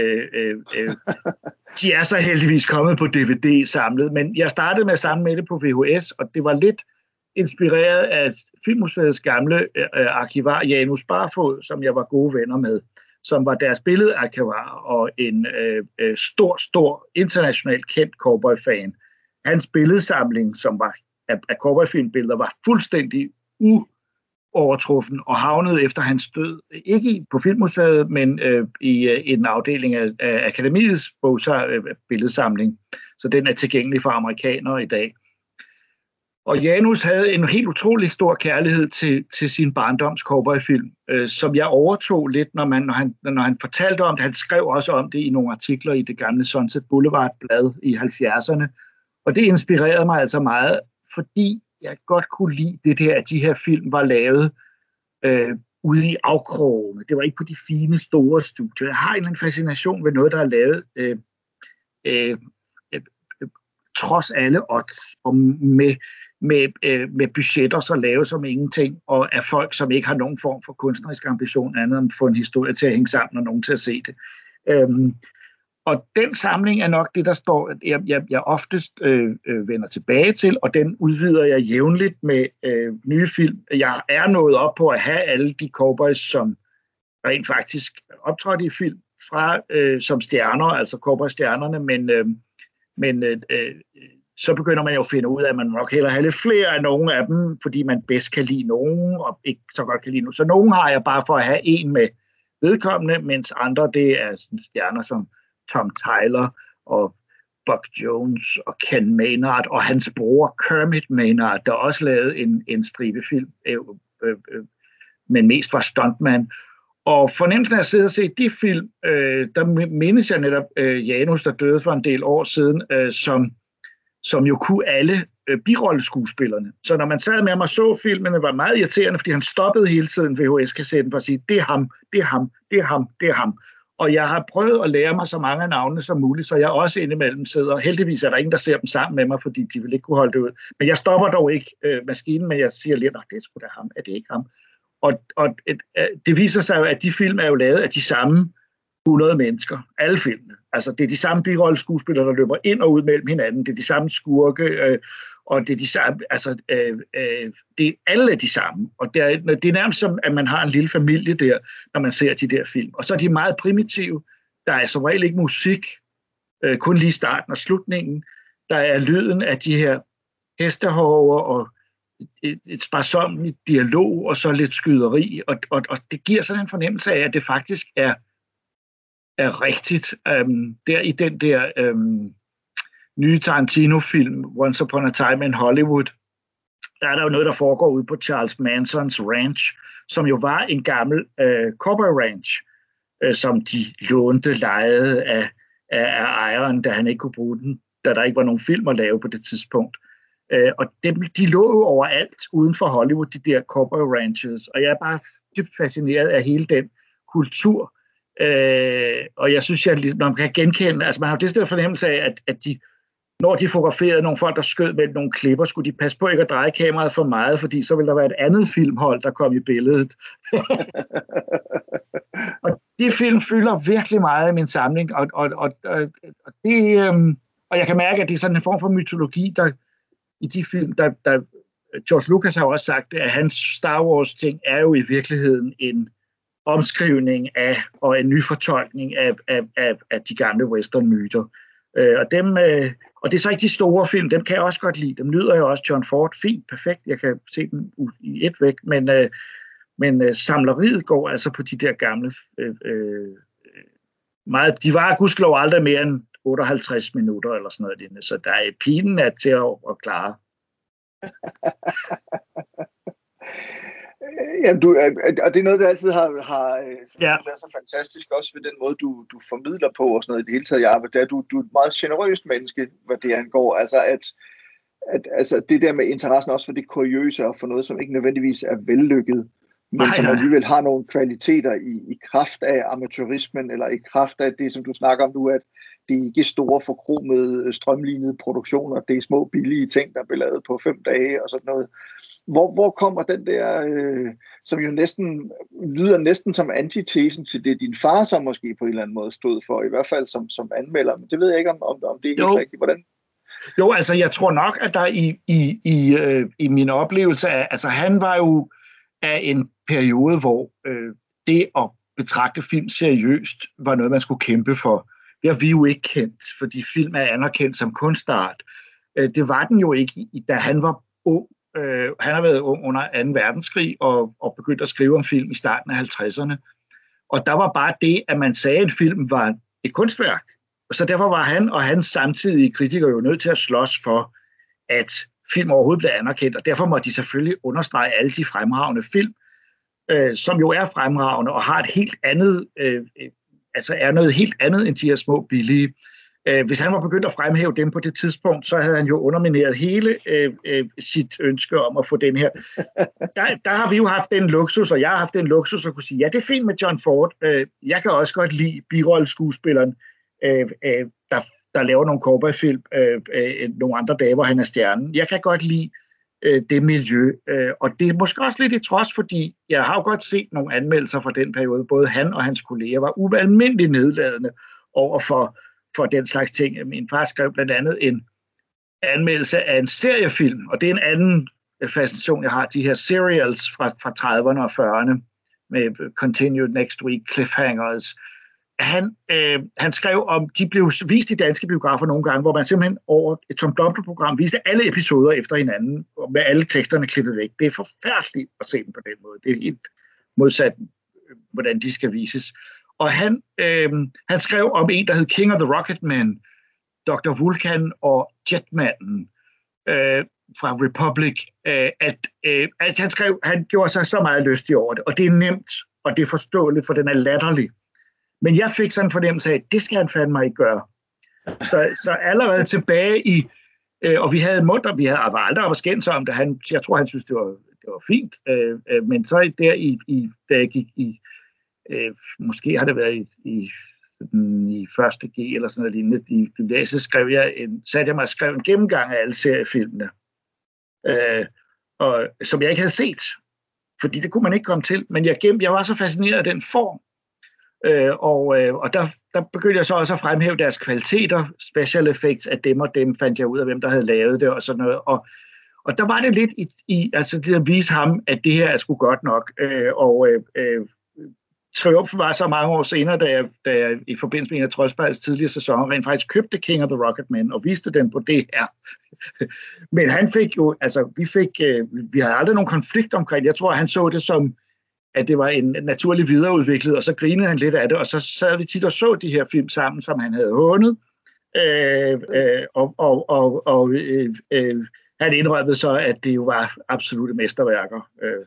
De er så heldigvis kommet på DVD samlet, men jeg startede med at samle med det på VHS, og det var lidt inspireret af Filmmuseets gamle arkivar Janus Barfod, som jeg var gode venner med, som var deres billedarkivar og en stor internationalt kendt cowboy-fan. Hans billedsamling, som var af cowboyfilmbilleder, var fuldstændig uovertruffen og havnede efter hans død, ikke på Filmmuseet, men i en afdeling af Akademiets billedsamling. Så den er tilgængelig for amerikanere i dag. Og Janus havde en helt utrolig stor kærlighed til sin barndoms cowboyfilm, som jeg overtog lidt, når han fortalte om det. Han skrev også om det i nogle artikler i det gamle Sunset Boulevard-blad i 70'erne. Og det inspirerede mig altså meget, fordi jeg godt kunne lide det der, at de her film var lavet ude i afkrogene. Det var ikke på de fine, store studier. Jeg har en eller anden fascination ved noget, der er lavet trods alle odds, og med med budgetter så lave som ingenting, og af folk, som ikke har nogen form for kunstnerisk ambition andet end at få en historie til at hænge sammen og nogen til at se det. Og den samling er nok det, der står, jeg oftest vender tilbage til, og den udvider jeg jævnligt med nye film. Jeg er nået op på at have alle de cowboys, som rent faktisk optrådte i film, fra som stjerner, altså cowboystjernerne, men så begynder man jo at finde ud af, at man nok hellere have lidt flere af nogle af dem, fordi man bedst kan lide nogen, og ikke så godt kan lide nogen. Så nogen har jeg bare for at have en med vedkommende, mens andre, det er sådan stjerner som Tom Tyler og Buck Jones og Ken Maynard og hans bror Kermit Maynard, der også lavede en stribefilm, men mest var stuntman. Og fornemmelsen af at sidde og se de film, der mindes jeg netop Janus, der døde for en del år siden, som jo kunne alle birolleskuespillerne. Så når man sad med ham og så filmene, var meget irriterende, fordi han stoppede hele tiden VHS-kassetten for at sige, det er ham, det er ham, det er ham, det er ham. Og jeg har prøvet at lære mig så mange af navnene som muligt, så jeg også indimellem sidder. Heldigvis er der ingen, der ser dem sammen med mig, fordi de vil ikke kunne holde det ud. Men jeg stopper dog ikke maskinen, men jeg siger lige, det er sgu da ham, er det ikke ham? Og det viser sig jo, at de film er jo lavet af de samme 100 mennesker, alle filmene. Altså det er de samme birolleskuespillere, der løber ind og ud mellem hinanden, det er de samme skurke, og det er de samme, altså det er alle de samme. Og det er nærmest som, at man har en lille familie der, når man ser de der film. Og så er de meget primitive. Der er som regel ikke musik, kun lige starten og slutningen. Der er lyden af de her hestehover og et sparsomligt dialog, og så lidt skyderi. Og det giver sådan en fornemmelse af, at det faktisk er rigtigt. Der i den der nye Tarantino-film, Once Upon a Time in Hollywood, der er der jo noget, der foregår ude på Charles Mansons ranch, som jo var en gammel cowboy ranch, som de lånte, lejede af ejeren, da han ikke kunne bruge den, da der ikke var nogen film at lave på det tidspunkt. Og de lå jo overalt uden for Hollywood, de der cowboy ranches, og jeg er bare dybt fascineret af hele den kultur. Og jeg synes, at man kan genkende, altså man har jo det stedet fornemmelse af, at de, når de fotograferede nogle folk, der skød med nogle klipper, skulle de passe på ikke at dreje kameraet for meget, fordi så ville der være et andet filmhold, der kom i billedet. Og de film fylder virkelig meget i min samling, og jeg kan mærke, at det er sådan en form for mytologi, der i de film, der George Lucas har også sagt, at hans Star Wars ting er jo i virkeligheden en omskrivning af og en ny fortolkning af de gamle western-myter. Og det er så ikke de store film, dem kan jeg også godt lide. Dem nyder jeg også. John Ford, fint, perfekt, jeg kan se dem i et væk, men samleriet går altså på de der gamle meget, de var gudskelov aldrig mere end 58 minutter eller sådan noget, så der er pinen at til at klare. Jamen, og det er noget, der altid har været så fantastisk, også ved den måde, du formidler på og sådan noget i det hele taget, Jarve. Du er et meget generøst menneske, hvad det angår. Altså det der med interessen også for det kuriøse og for noget, som ikke nødvendigvis er vellykket, men som alligevel har nogle kvaliteter i kraft af amatørismen, eller i kraft af det, som du snakker om nu, at det er ikke store forkromede, strømlignede produktioner, det er små billige ting, der bliver lavet på 5 dage og sådan noget. Hvor kommer den der, som jo lyder næsten som antitesen til det, din far så måske på en eller anden måde stod for, i hvert fald som anmelder, men det ved jeg ikke, om det er helt rigtigt. Hvordan? Jo, altså jeg tror nok, at der i min oplevelse af, altså han var jo af en periode, hvor det at betragte film seriøst var noget, man skulle kæmpe for. Det har vi jo ikke kendt, fordi film er anerkendt som kunstart. Det var den jo ikke, da han var ung. Han har været ung under 2. verdenskrig og begyndte at skrive om film i starten af 50'erne. Og der var bare det, at man sagde, at en film var et kunstværk. Så derfor var han og hans samtidige kritikere jo nødt til at slås for, at film overhovedet blev anerkendt. Og derfor må de selvfølgelig understrege alle de fremragende film, som jo er fremragende og har et helt andet... altså er noget helt andet end de her små billige. Hvis han var begyndt at fremhæve dem på det tidspunkt, så havde han jo undermineret hele sit ønske om at få den her. Der har vi jo haft den luksus, og jeg har haft den luksus at kunne sige, ja, det er fint med John Ford. Jeg kan også godt lide birolleskuespilleren, der laver nogle cowboyfilm nogle andre dage, hvor han er stjernen. Jeg kan godt lide det miljø. Og det er måske også lidt i trods, fordi jeg har jo godt set nogle anmeldelser fra den periode. Både han og hans kolleger var ualmindeligt nedladende over for den slags ting. Min far skrev blandt andet en anmeldelse af en seriefilm, og det er en anden fascination, jeg har, de her serials fra 30'erne og 40'erne med Continued Next Week, Cliffhangers. Han skrev om, de blev vist i danske biografer nogle gange, hvor man simpelthen over et Tom Blomqvist-program viste alle episoder efter hinanden, med alle teksterne klippet væk. Det er forfærdeligt at se dem på den måde. Det er helt modsat, hvordan de skal vises. Og han skrev om en, der hed King of the Rocketmen, Dr. Vulcan og Jetmanen fra Republic, at han skrev, han gjorde sig så meget lystig over det, og det er nemt, og det er forståeligt, for den er latterlig. Men jeg fik sådan en fornemmelse af, at det skal han fandme ikke gøre. Så allerede tilbage i, og vi havde aldrig var skændt om det, jeg tror, han synes, det var fint, men så der da jeg gik i, måske har det været i første G eller sådan noget lignende, i gymnasiet satte jeg mig og skrev en gennemgang af alle seriefilmene, og som jeg ikke havde set, fordi det kunne man ikke komme til, men jeg var så fascineret af den form, og der begyndte jeg så også at fremhæve deres kvaliteter, special effects af dem, og dem fandt jeg ud af, hvem der havde lavet det og sådan noget, og der var det lidt altså det at vise ham, at det her er sgu godt nok, triumfen var så mange år senere, da jeg i forbindelse med en af Trodsbergs tidligere sæsoner rent faktisk købte King of the Rocketmen og viste den på det her. Men han fik jo, altså vi havde aldrig nogen konflikt omkring. Jeg tror, han så det som, at det var en naturlig videreudviklet, og så grinede han lidt af det, og så sad vi tit og så de her film sammen, som han havde hånet. Han indrømmede så, at det jo var absolutte mesterværker.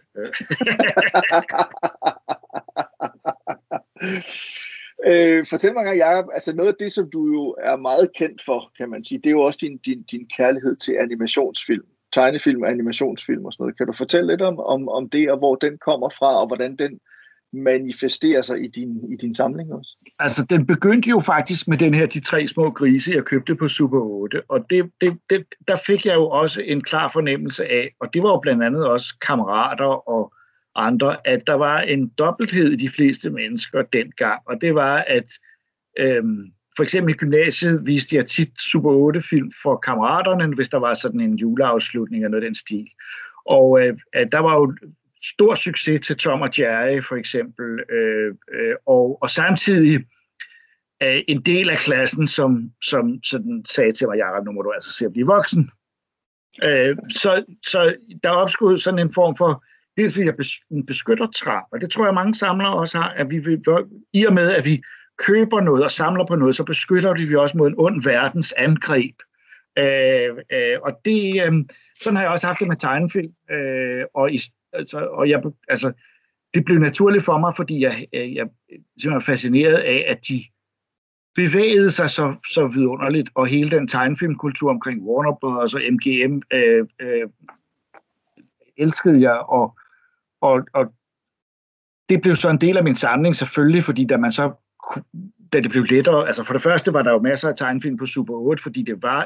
Fortæl mig, Jacob, altså noget af det, som du jo er meget kendt for, kan man sige, det er jo også din kærlighed til animationsfilm, tegnefilm og animationsfilm og sådan noget. Kan du fortælle lidt om det, og hvor den kommer fra, og hvordan den manifesterer sig i din samling også? Altså, den begyndte jo faktisk med den her De tre små grise, jeg købte på Super 8, og der fik jeg jo også en klar fornemmelse af, og det var jo blandt andet også kammerater og andre, at der var en dobbelthed i de fleste mennesker dengang, og det var, at for eksempel i gymnasiet viste jeg tit Super 8-film for kammeraterne, hvis der var sådan en juleafslutning eller noget den stil. Og der var jo stor succes til Tom og Jerry, for eksempel, og samtidig en del af klassen, som sådan sagde til mig, Jacob, nu må du altså se at blive voksen. Så der opstod sådan en form for, dels vil jeg beskytter trang, og det tror jeg mange samlere også har, at i og med, at vi køber noget og samler på noget, så beskytter vi også mod en ond verdens angreb. Og det, sådan har jeg også haft det med tegnefilm, det blev naturligt for mig, fordi jeg simpelthen er fascineret af, at de bevægede sig så vidunderligt, og hele den tegnefilmkultur omkring Warner Bros. Og MGM elskede jeg, og det blev så en del af min samling selvfølgelig, fordi da det blev lettere, altså for det første var der jo masser af tegnefilm på Super 8, fordi det var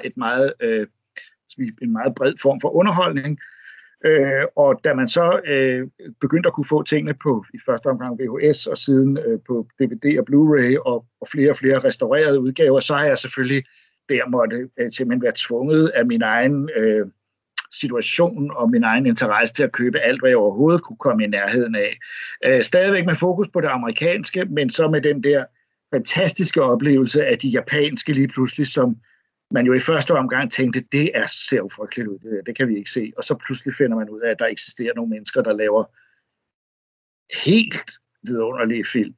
en meget bred form for underholdning, og da man så begyndte at kunne få tingene på i første omgang VHS og siden på DVD og Blu-ray og flere og flere restaurerede udgaver, så har jeg selvfølgelig måtte simpelthen være tvunget af min egen situation og min egen interesse til at købe alt, hvad jeg overhovedet kunne komme i nærheden af. Stadigvæk med fokus på det amerikanske, men så med den der fantastiske oplevelse af de japanske lige pludselig, som man jo i første omgang tænkte, det ser jo frygteligt ud, det kan vi ikke se. Og så pludselig finder man ud af, at der eksisterer nogle mennesker, der laver helt vidunderlige film.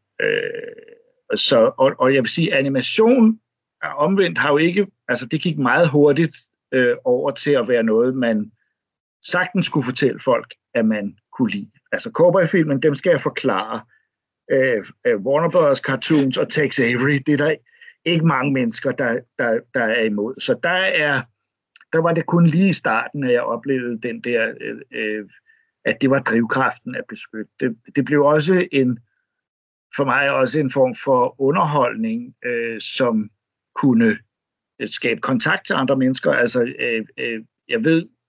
Og jeg vil sige, animation omvendt har jo ikke, altså det gik meget hurtigt over til at være noget, man sagtens skulle fortælle folk, at man kunne lide. Altså cowboyfilmen, dem skal jeg forklare. Warner Bros. Cartoons og Tex Avery, det er der ikke mange mennesker, der er imod. Så der var det kun lige i starten, at jeg oplevede den der, at det var drivkraften at beskytte. Det blev også for mig også en form for underholdning, som kunne skabe kontakt til andre mennesker. Altså, jeg ved,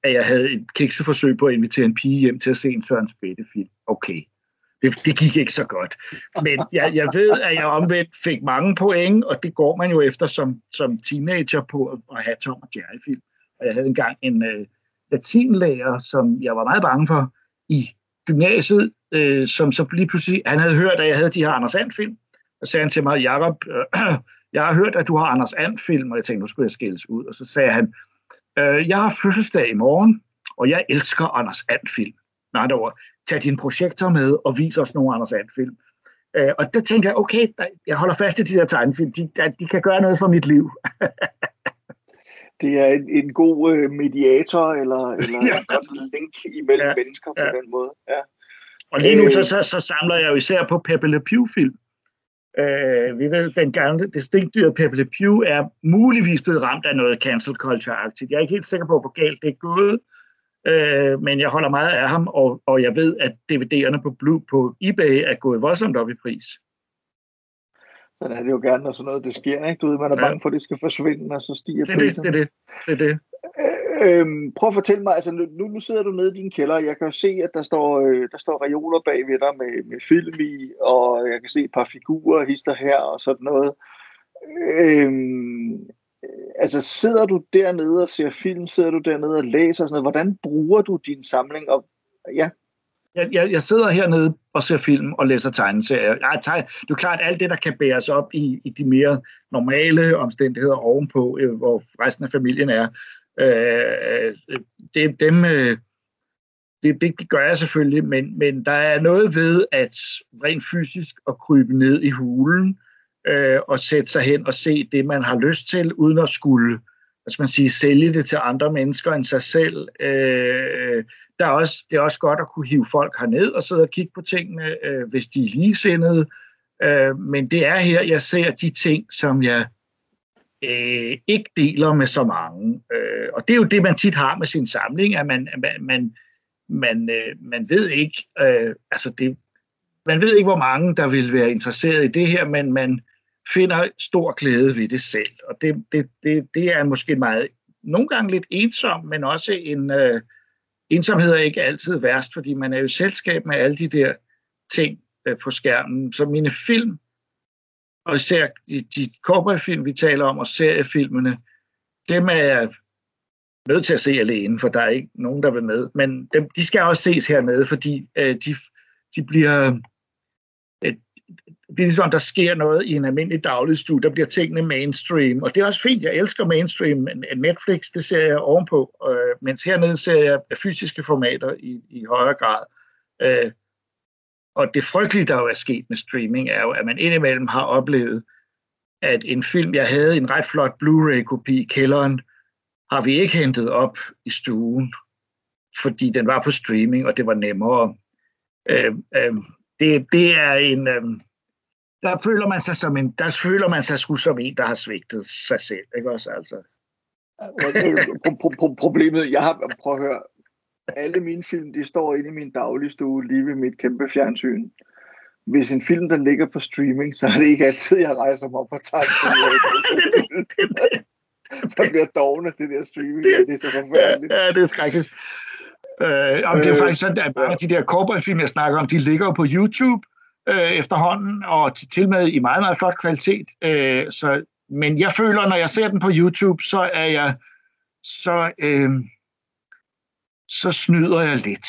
at jeg havde et kikseforsøg på at invitere en pige hjem til at se en Søren Spætte-film. Okay, det gik ikke så godt. Men jeg ved, at jeg omvendt fik mange point, og det går man jo efter som teenager på at have Tom og Jerry-film. Og jeg havde engang en latinlærer, som jeg var meget bange for i gymnasiet, som så lige pludselig, han havde hørt, at jeg havde de her Anders And-film, og sagde han til mig, Jacob, jeg har hørt, at du har Anders And-film, og jeg tænkte, nu skulle jeg skilles ud. Og så sagde han, jeg har fødselsdag i morgen, og jeg elsker Anders And-film. Med andre ord, tag din projektor med og vis os nogle Anders And-film. Og der tænkte jeg, okay, jeg holder fast i de der tegnefilm, de kan gøre noget for mit liv. Det er en god mediator, eller en godt link imellem mennesker på den måde. Ja. Og lige nu så samler jeg jo især på Pepe Le Pew-film. Vi ved, den gamle distinktdyret Pepe Le Pew er muligvis blevet ramt af noget cancel culture-agtigt. Jeg er ikke helt sikker på, hvor galt det er gået, men jeg holder meget af ham, og jeg ved, at DVD'erne på eBay er gået voldsomt op i pris. Sådan er det jo gerne, når sådan noget det sker, ikke? Du ved, man er bange for, at det skal forsvinde, og så stiger prisen. Det er det. Prøv at fortælle mig, altså nu sidder du nede i din kælder, og jeg kan jo se, at der står reoler bag ved dig med film i, og jeg kan se et par figurer, hister her og sådan noget. Altså sidder du dernede og ser film, sidder du dernede og læser sådan noget, hvordan bruger du din samling? Og, ja. Jeg sidder hernede og ser film og læser tegneserier. Det er jo klart, alt det, der kan bæres op i de mere normale omstændigheder ovenpå, hvor resten af familien er, det gør jeg selvfølgelig, men der er noget ved at rent fysisk at krybe ned i hulen og sætte sig hen og se det, man har lyst til, uden at skulle, sælge det til andre mennesker end sig selv. Det er også godt at kunne hive folk herned og sidde og kigge på tingene, hvis de er ligesindede. Men det er her, jeg ser de ting, som jeg ikke deler med så mange. Og det er jo det, man tit har med sin samling, at man ved ikke, man ved ikke, hvor mange, der vil være interesseret i det her, men man finder stor glæde ved det selv. Og det er måske meget, nogle gange lidt ensom, men også ensomhed er ikke altid værst, fordi man er jo i selskab med alle de der ting på skærmen. Så mine film, og især de cowboyfilm, vi taler om, og seriefilmene, dem er jeg nødt til at se alene, for der er ikke nogen, der vil med. Men de skal også ses hernede, fordi de bliver... Det er ligesom, der sker noget i en almindelig dagligstue, der bliver tingene mainstream, og det er også fint, jeg elsker mainstream. Netflix, det ser jeg ovenpå, mens hernede ser jeg fysiske formater i højere grad. Og det frygtelige, der jo er sket med streaming, er jo, at man indimellem har oplevet, at en film, jeg havde en ret flot Blu-ray-kopi i kælderen, har vi ikke hentet op i stuen, fordi den var på streaming, og det var nemmere. Det er en... Der føler man sig sgu som en, der har svigtet sig selv, ikke også altså? Problemet, prøv at høre, alle mine film, de står inde i min dagligstue, lige ved mit kæmpe fjernsyn. Hvis en film, der ligger på streaming, så er det ikke altid, jeg rejser mig op og tager der bliver dovne, det der streaming, det er så forfærdeligt. Ja, det er skrækkeligt. Og det er faktisk sådan, at mange af de der cowboyfilm, jeg snakker om, de ligger jo på YouTube efterhånden, og til med i meget, meget flot kvalitet. Men jeg føler, når jeg ser den på YouTube, så snyder jeg lidt.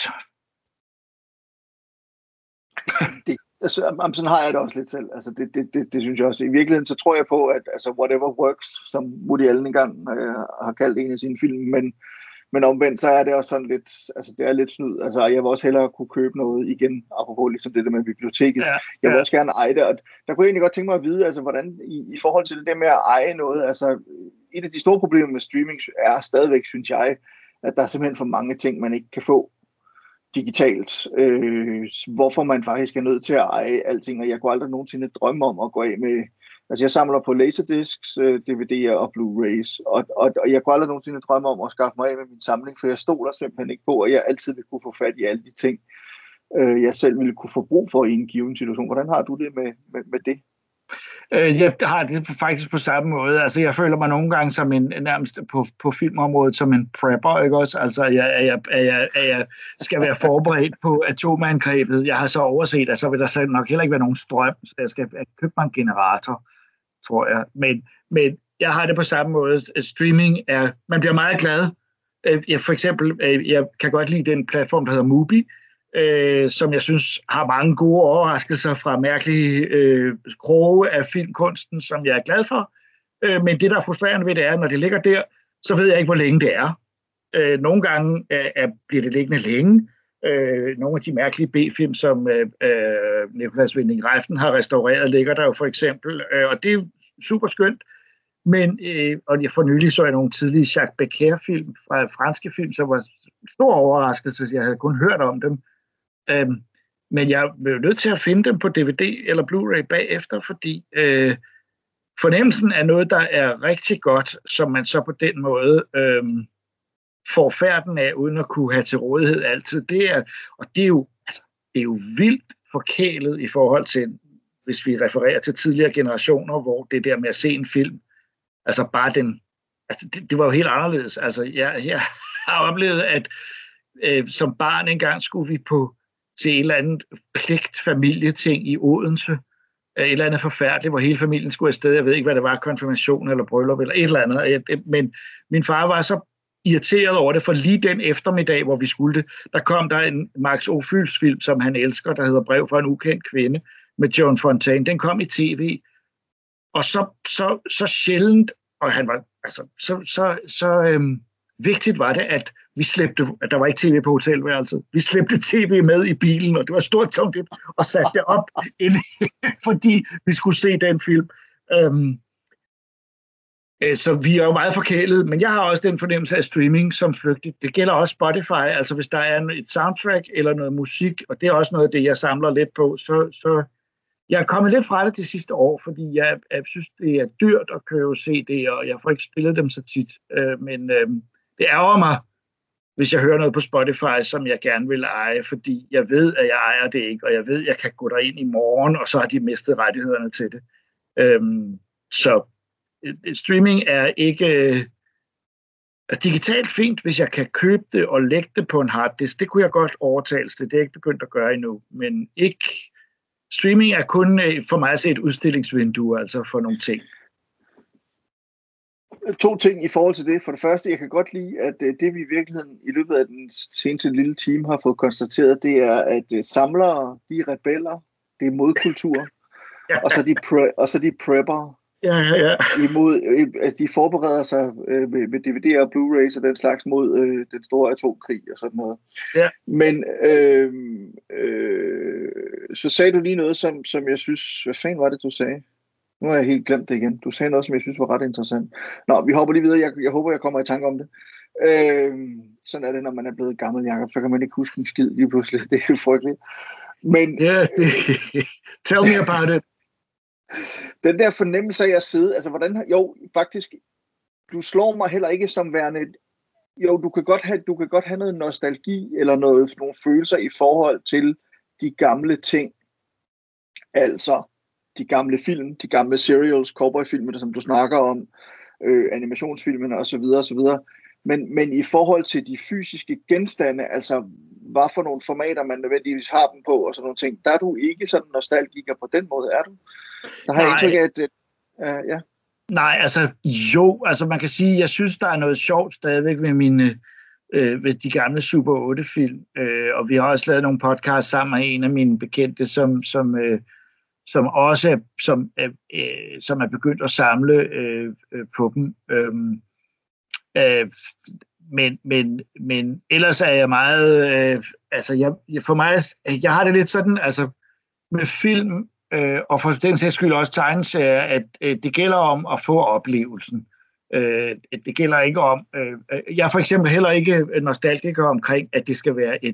Sådan har jeg det også lidt selv. Altså det synes jeg også. I virkeligheden så tror jeg på, at whatever works, som Woody Allen engang har kaldt en af sine film, men omvendt så er det også sådan lidt, det er lidt snyd. Altså jeg vil også hellere kunne købe noget igen, apropos ligesom det der med biblioteket. Ja. Jeg vil også gerne eje det, og der kunne jeg egentlig godt tænke mig at vide, hvordan i forhold til det der med at eje noget, et af de store problemer med streaming er stadigvæk, synes jeg, at der er simpelthen for mange ting, man ikke kan få digitalt, hvorfor man faktisk er nødt til at eje alting, og jeg kunne aldrig nogensinde drømme om at gå af med, jeg samler på Laserdiscs, DVD'er og Blu-rays, og jeg kunne aldrig nogensinde drømme om at skaffe mig af med min samling, for jeg stoler simpelthen ikke på, at jeg altid vil kunne få fat i alle de ting, jeg selv ville kunne få brug for i en given situation. Hvordan har du det med det? Jeg har det faktisk på samme måde. Altså, jeg føler mig nogle gange som nærmest på filmområdet som en prepper, ikke også? Altså, jeg skal være forberedt på atomangrebet. Jeg har så overset, at så vil der så nok heller ikke være nogen strøm, så jeg skal købe mig en generator, tror jeg. Men jeg har det på samme måde. Streaming man bliver meget glad. For eksempel, jeg kan godt lide den platform, der hedder Mubi, som jeg synes har mange gode overraskelser fra mærkelige kroge af filmkunsten, som jeg er glad for. Men det, der er frustrerende ved det er, når det ligger der, så ved jeg ikke, hvor længe det er. Nogle gange bliver det liggende længe. Nogle af de mærkelige B-film, som Nicolas Winding Refn har restaureret, ligger der jo for eksempel, og det er super skønt. Men, og jeg for nylig så jeg nogle tidlige Jacques Becker-film fra franske film, som var en stor overraskelse, jeg havde kun hørt om dem. Men jeg blev nødt til at finde dem på DVD eller Blu-ray bagefter, fordi fornemmelsen af noget, der er rigtig godt, som man så på den måde får færden af, uden at kunne have til rådighed altid. Det er jo vildt forkælet i forhold til, hvis vi refererer til tidligere generationer, hvor det der med at se en film, altså bare det var jo helt anderledes. Altså, jeg har oplevet, at som barn engang skulle vi til en eller anden pligtfamilieting i Odense, et eller andet forfærdeligt, hvor hele familien skulle afsted. Jeg ved ikke, hvad det var, konfirmation eller bryllup eller et eller andet. Men min far var så irriteret over det, for lige den eftermiddag, hvor vi skulle det, der kom der en Max Ophüls film, som han elsker, der hedder Brev fra en ukendt kvinde, med Joan Fontaine. Den kom i tv, og så sjældent, og han var, altså, så vigtigt var det, at at der var ikke tv på hotelværelset. Vi slæbte tv med i bilen, og det var stort tungt, og satte det op, fordi vi skulle se den film. Så vi er jo meget forkælet, men jeg har også den fornemmelse af streaming som flygtigt. Det gælder også Spotify, altså hvis der er et soundtrack eller noget musik, og det er også noget af det, jeg samler lidt på, så jeg er kommet lidt fra det de sidste år, fordi jeg synes, det er dyrt at købe CD'er, og jeg får ikke spillet dem så tit. Men det ærger mig, hvis jeg hører noget på Spotify, som jeg gerne vil eje, fordi jeg ved, at jeg ejer det ikke, og jeg ved, at jeg kan gå derind i morgen, og så har de mistet rettighederne til det. Så streaming er ikke digitalt fint, hvis jeg kan købe det og lægge det på en harddisk. Det kunne jeg godt overtales til. Det er jeg ikke begyndt at gøre endnu, men ikke. Streaming er kun for mig at se et udstillingsvindue, altså for nogle ting. 2 ting i forhold til det. For det første, jeg kan godt lide, at det vi i virkeligheden i løbet af den seneste lille time har fået konstateret, det er, at samlere, de er rebeller, det er modkultur, ja. og så de prepper. Ja. Altså de forbereder sig med DVD'er og Blu-rays og den slags mod den store atomkrig og sådan noget. Ja. Men så sagde du lige noget, som jeg synes, hvad fanden var det, du sagde? Nu har jeg helt glemt det igen. Du sagde noget, som jeg synes var ret interessant. Nå, vi hopper lige videre. Jeg håber, jeg kommer i tanke om det. Sådan er det, når man er blevet gammel, Jacob. Så kan man ikke huske en skid lige pludselig. Det er jo frygteligt. Men tell me about it. Den der fornemmelse af at sidde, altså hvordan, jo, faktisk, du slår mig heller ikke som værende, jo, du kan godt have noget nostalgi, eller nogle følelser i forhold til de gamle ting, altså de gamle film, de gamle serials, cowboyfilmene, som du snakker om, animationsfilmene osv. Men i forhold til de fysiske genstande, altså hvad for nogle formater man nødvendigvis har dem på og sådan nogle ting, der er du ikke sådan nostalgiker på den måde, er du? Der har jeg indtryk af, at ja. Nej, altså jo, altså man kan sige, jeg synes, der er noget sjovt stadigvæk ved de gamle Super 8-film, og vi har også lavet nogle podcasts sammen med en af mine bekendte, som også er begyndt at samle på dem. Men ellers er jeg meget, jeg har det lidt sådan, altså med film, og for den sags skyld også tegneserier, at det gælder om at få oplevelsen. Det gælder ikke om, jeg er for eksempel heller ikke nostalgiker omkring, at det skal være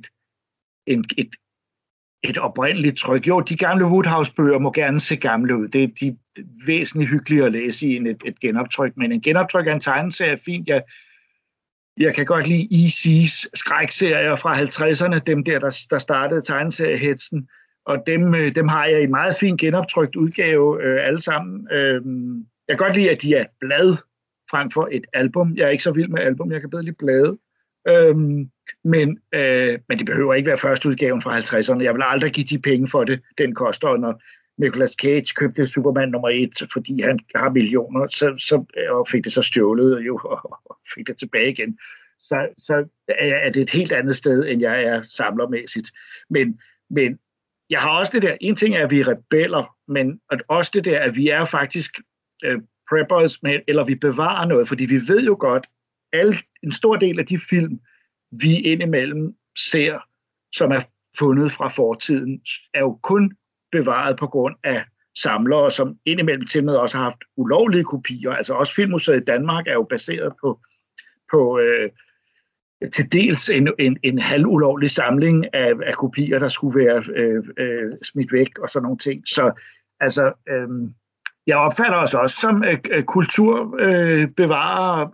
et oprindeligt tryk. Jo, de gamle Woodhouse-bøger må gerne se gamle ud. Det er de væsentligt hyggelige at læse i et genoptryk, men en genoptryk af en tegneserie er fint. Jeg kan godt lide E.C.'s skrækserier fra 50'erne, dem der startede tegneseriehetsen, og dem har jeg i en meget fin genoptrykt udgave alle sammen. Jeg kan godt lide, at de er blad frem for et album. Jeg er ikke så vild med album, jeg kan bedre lide blade. Men det behøver ikke være første udgaven fra 50'erne. Jeg vil aldrig give de penge for det, den koster. Når Nicolas Cage købte Superman nummer 1, fordi han har millioner, og fik det så stjålet og fik det tilbage igen. Så er det et helt andet sted, end jeg er samlermæssigt. Men jeg har også det der, en ting er, at vi er rebeller, men også det der, at vi er faktisk preppers, eller vi bevarer noget, fordi vi ved jo godt, en stor del af de film, vi indimellem ser, som er fundet fra fortiden, er jo kun bevaret på grund af samlere, som indimellem til med også har haft ulovlige kopier. Altså også Filmmuseet i Danmark er jo baseret på til dels en halvulovlig samling af kopier, der skulle være smidt væk og sådan nogle ting. Så altså, jeg opfatter os også som kulturbevarere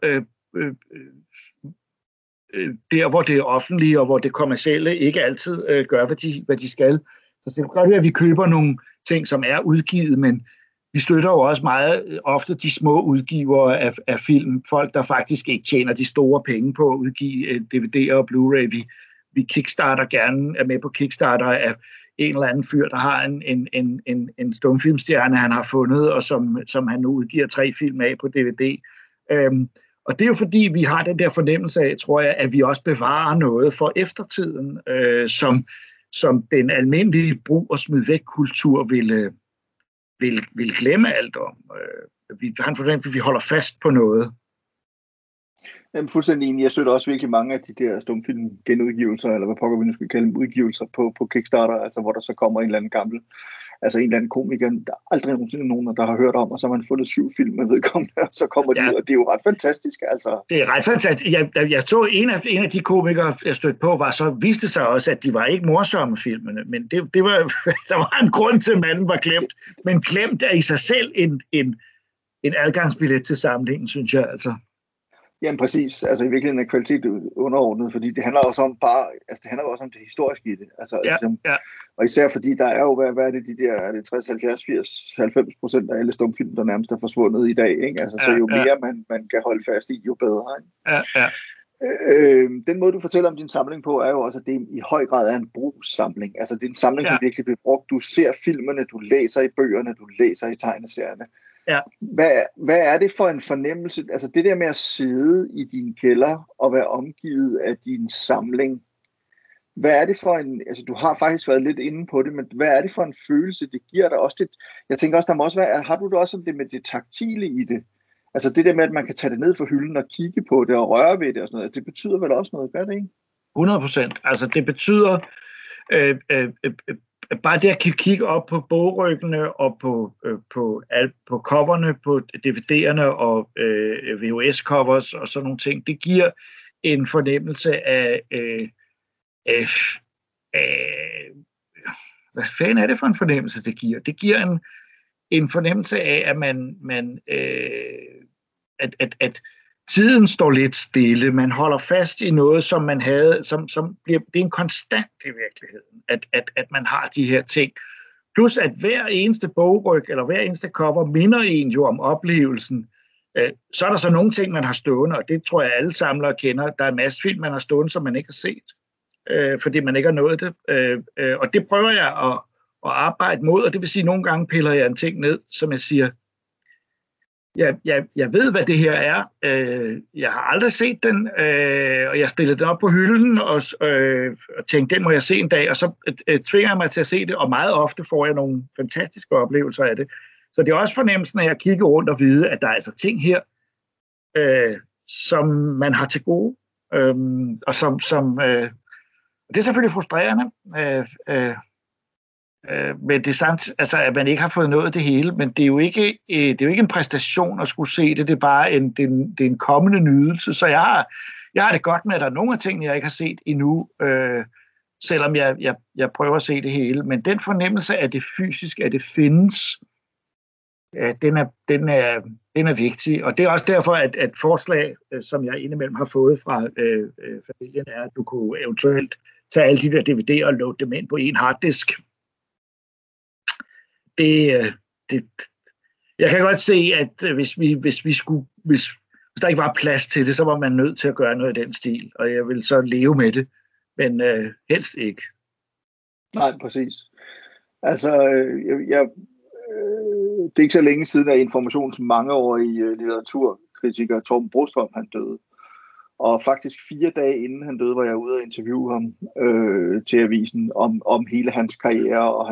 der, hvor det offentlige og hvor det kommercielle ikke altid gør, hvad de skal. Så det er godt, at vi køber nogle ting, som er udgivet, men vi støtter jo også meget ofte de små udgivere af film. Folk, der faktisk ikke tjener de store penge på at udgive DVD'er og Blu-ray. Vi kickstarter gerne, er med på Kickstarter af en eller anden fyr, der har en stumfilmstjerne, han har fundet, og som han nu udgiver 3 film af på DVD. Og det er jo fordi, vi har den der fornemmelse af, tror jeg, at vi også bevarer noget for eftertiden, som den almindelige brug- og smid-væk-kultur vil glemme alt om. Vi har en fornemmelse, at vi holder fast på noget. Jamen fuldstændig enig. Jeg støtter også virkelig mange af de der stumfilm genudgivelser, eller hvad pokker vi nu skal kalde dem, udgivelser på Kickstarter, altså hvor der så kommer en eller anden gammel, altså en eller anden komiker, der aldrig nogensinde nogen, der har hørt om, og så har man fundet 7 film med vedkommende, og så kommer de ud, og det er jo ret fantastisk. Altså. Det er ret fantastisk. Jeg så en af de komikere, jeg stødte på, viste sig også, at de var ikke morsomme filmene, men det var, der var en grund til, at manden var glemt. Men glemt er i sig selv en adgangsbillet til samlingen, synes jeg altså. Jamen præcis, altså i virkeligheden er kvalitet underordnet, fordi det handler også om det handler også om det historiske i det. Altså, Og især fordi der er jo, hvad er det, de der, er det 60, 70, 80, 90% af alle stumfilm, der nærmest er forsvundet i dag, ikke? Altså, så jo mere man kan holde fast i, jo bedre, ikke? Den måde, du fortæller om din samling på, er jo også, at det i høj grad er en brugssamling. Altså det er en samling, som virkelig bliver brugt. Du ser filmene, du læser i bøgerne, du læser i tegneserierne. Ja. Hvad er det for en fornemmelse, altså det der med at sidde i din kælder og være omgivet af din samling, hvad er det for en, altså du har faktisk været lidt inde på det, men hvad er det for en følelse, det giver dig også det, jeg tænker også, der må også være, har du det også det med det taktile i det, altså det der med, at man kan tage det ned fra hylden og kigge på det og røre ved det og sådan noget, det betyder vel også noget, gør det ikke? 100%, altså det betyder, bare det at kigge op på bogryggene og på coverne på DVD'erne og VHS-covers og sådan nogle ting, det giver en fornemmelse af hvad fanden er det for en fornemmelse, det giver? Det giver en fornemmelse af, at tiden står lidt stille. Man holder fast i noget, som man havde, som bliver, det er en konstant i virkeligheden, at man har de her ting. Plus at hver eneste bogryg, eller hver eneste cover, minder en jo om oplevelsen. Så er der så nogle ting, man har stående, og det tror jeg alle samlere kender. Der er en masse film, man har stående, som man ikke har set, fordi man ikke har nået det. Og det prøver jeg at arbejde mod, og det vil sige, at nogle gange piller jeg en ting ned, som jeg siger, jeg ved, hvad det her er. Jeg har aldrig set den, og jeg stillede den op på hylden og tænkte, den må jeg se en dag, og så tvinger jeg mig til at se det, og meget ofte får jeg nogle fantastiske oplevelser af det. Så det er også fornemmelsen, at jeg kigger rundt og vide, at der er altså ting her, som man har til gode, og det er selvfølgelig frustrerende, men det er sandt, altså, at man ikke har fået nået det hele, men det er jo ikke en præstation at skulle se det, det er bare en kommende nydelse, så jeg har det godt med, at der er nogle af tingene, jeg ikke har set endnu, selvom jeg prøver at se det hele, men den fornemmelse af det fysiske, at det findes, den er vigtig, og det er også derfor, at forslag, som jeg indimellem har fået fra familien, er, at du kunne eventuelt tage alle de der DVD'er og loade dem ind på en harddisk. jeg kan godt se, at hvis der ikke var plads til det, så var man nødt til at gøre noget i den stil, og jeg vil så leve med det, men helst ikke. Nej, præcis. Altså, det er ikke så længe siden, at Informations mangeårige litteraturkritiker Torben Brostrøm, han døde. Og faktisk 4 dage inden han døde, var jeg ude og interviewe ham til avisen om hele hans karriere og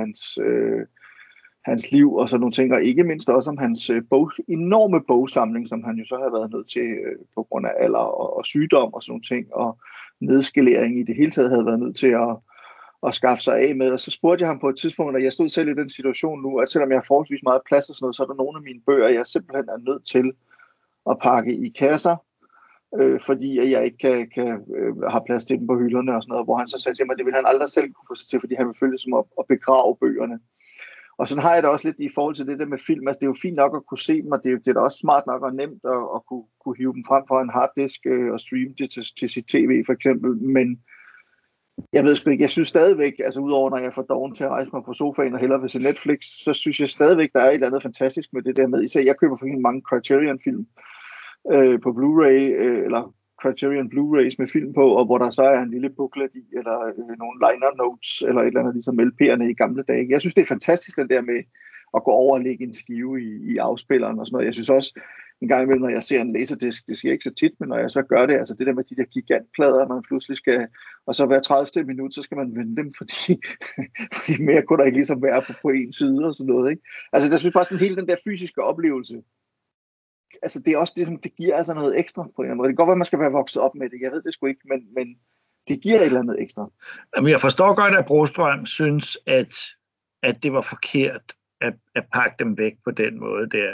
hans liv og sådan nogle ting, og ikke mindst også om hans enorme bogsamling, som han jo så havde været nødt til på grund af alder og sygdom og sådan nogle ting, og nedskalering i det hele taget havde været nødt til at skaffe sig af med. Og så spurgte jeg ham på et tidspunkt, og jeg stod selv i den situation nu, at selvom jeg har forholdsvis meget plads og sådan noget, så er der nogle af mine bøger, jeg simpelthen er nødt til at pakke i kasser, fordi jeg ikke kan have plads til dem på hylderne og sådan noget, hvor han så sagde til mig, at det ville han aldrig selv kunne få sig til, fordi han ville føle det som at begrave bøgerne. Og sådan har jeg det også lidt i forhold til det der med film. Altså, det er jo fint nok at kunne se dem, og det er da også smart nok og nemt at kunne hive dem frem fra en harddisk og streame det til sit tv for eksempel. Men jeg ved sgu ikke, jeg synes stadigvæk, altså udover når jeg får doven til at rejse mig på sofaen og hellere vil se Netflix, så synes jeg stadigvæk, der er et eller andet fantastisk med det der med. Især jeg køber for mange Criterion-film på Blu-ray, eller Criterion Blu-rays med film på, og hvor der så er en lille booklet i, eller nogle liner notes, eller et eller andet ligesom LP'erne i gamle dage. Jeg synes, det er fantastisk, den der med at gå over og lægge en skive i afspilleren og sådan noget. Jeg synes også, en gang imellem, når jeg ser en laserdisc, det sker ikke så tit, men når jeg så gør det, altså det der med de der gigantplader, man pludselig skal, og så hver 30. minut, så skal man vende dem, fordi mere kunne der ikke ligesom være på en side og sådan noget, ikke? Altså, jeg synes bare sådan hele den der fysiske oplevelse, altså det er også det, som det giver altså noget ekstra på en eller anden måde. Det kan godt være, at man skal være vokset op med det, jeg ved det sgu ikke, men det giver et eller andet ekstra. Jamen, jeg forstår godt, at Brostrøm synes, at det var forkert at pakke dem væk på den måde der.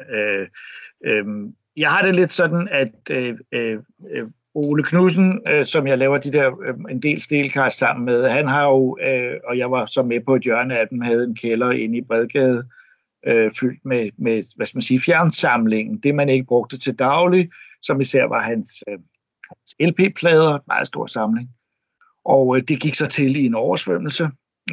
Jeg har det lidt sådan, at Ole Knudsen, som jeg laver de der en del stilkast sammen med, han har jo, og jeg var så med på et hjørne af dem, havde en kælder inde i Bredgade, fyldt med, hvad skal man sige, fjernsamlingen, det man ikke brugte til daglig, som især var hans LP-plader, en meget stor samling. Og det gik så til i en oversvømmelse.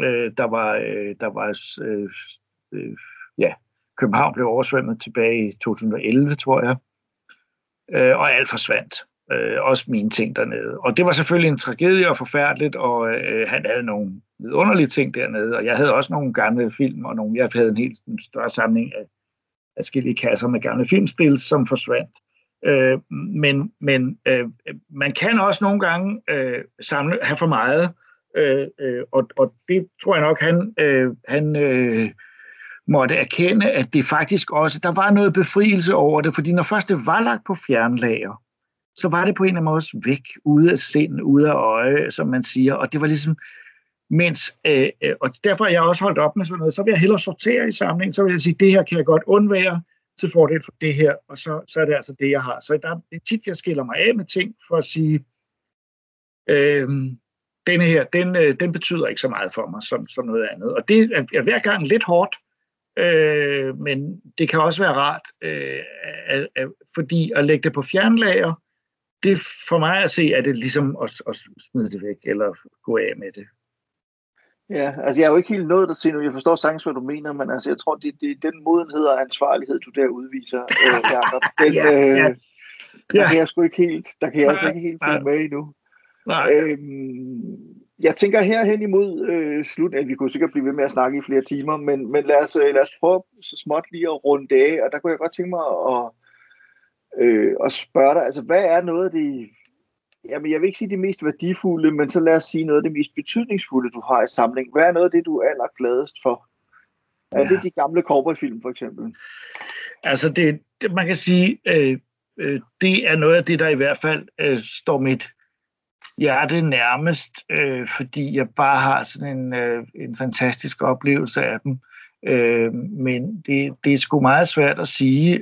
København blev oversvømmet tilbage i 2011, tror jeg, og alt forsvandt. Også mine ting dernede. Og det var selvfølgelig en tragedie og forfærdeligt, og han havde nogle vidunderlige ting dernede, og jeg havde også nogle gamle film, og jeg havde en helt større samling af forskellige kasser med gamle filmstills, som forsvandt. Men man kan også nogle gange have for meget, og det tror jeg nok, han måtte erkende, at det faktisk også, der var noget befrielse over det, fordi når først det var lagt på fjernlager, så var det på en eller anden måde også væk, ude af sind, ude af øje, som man siger, og det var ligesom, og derfor er jeg også holdt op med sådan noget, så vil jeg hellere sortere i samlingen, så vil jeg sige, det her kan jeg godt undvære til fordel for det her, og så er det altså det, jeg har. Så det er tit, jeg skiller mig af med ting, for at sige, denne her, den betyder ikke så meget for mig, som noget andet, og det er hver gang lidt hårdt, men det kan også være rart, fordi at lægge det på fjernlager, det for mig at se, at det ligesom at smide det væk, eller gå af med det. Ja, altså jeg er jo ikke helt nået der til nu. Jeg forstår sagtens, hvad du mener, men altså jeg tror, det er den modenhed og ansvarlighed, du der udviser, Jacob. Der kan jeg sgu ikke helt, altså ikke helt følge med endnu. Jeg tænker herhen imod slut, at vi kunne sikkert blive ved med at snakke i flere timer, men lad os prøve så småt lige at runde af, og der kunne jeg godt tænke mig at spørge dig, altså hvad er noget af det, jamen jeg vil ikke sige det mest værdifulde, men så lad os sige noget af det mest betydningsfulde, du har i samlingen. Hvad er noget af det, du er allergladest for? Er det de gamle cowboyfilm for eksempel? Altså det man kan sige, det er noget af det, der i hvert fald står mit hjerte nærmest, fordi jeg bare har sådan en fantastisk oplevelse af dem. Men det er sgu meget svært at sige.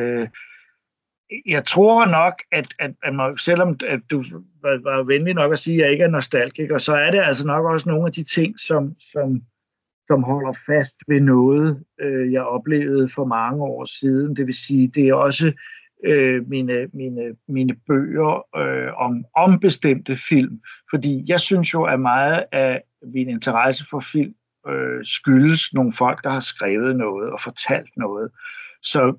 Jeg tror nok, at selvom at du var venlig nok at sige, at jeg ikke er nostalgiker, så er det altså nok også nogle af de ting, som holder fast ved noget, jeg oplevede for mange år siden. Det vil sige, det er også mine bøger om bestemte film. Fordi jeg synes jo, at meget af min interesse for film skyldes nogle folk, der har skrevet noget og fortalt noget. Så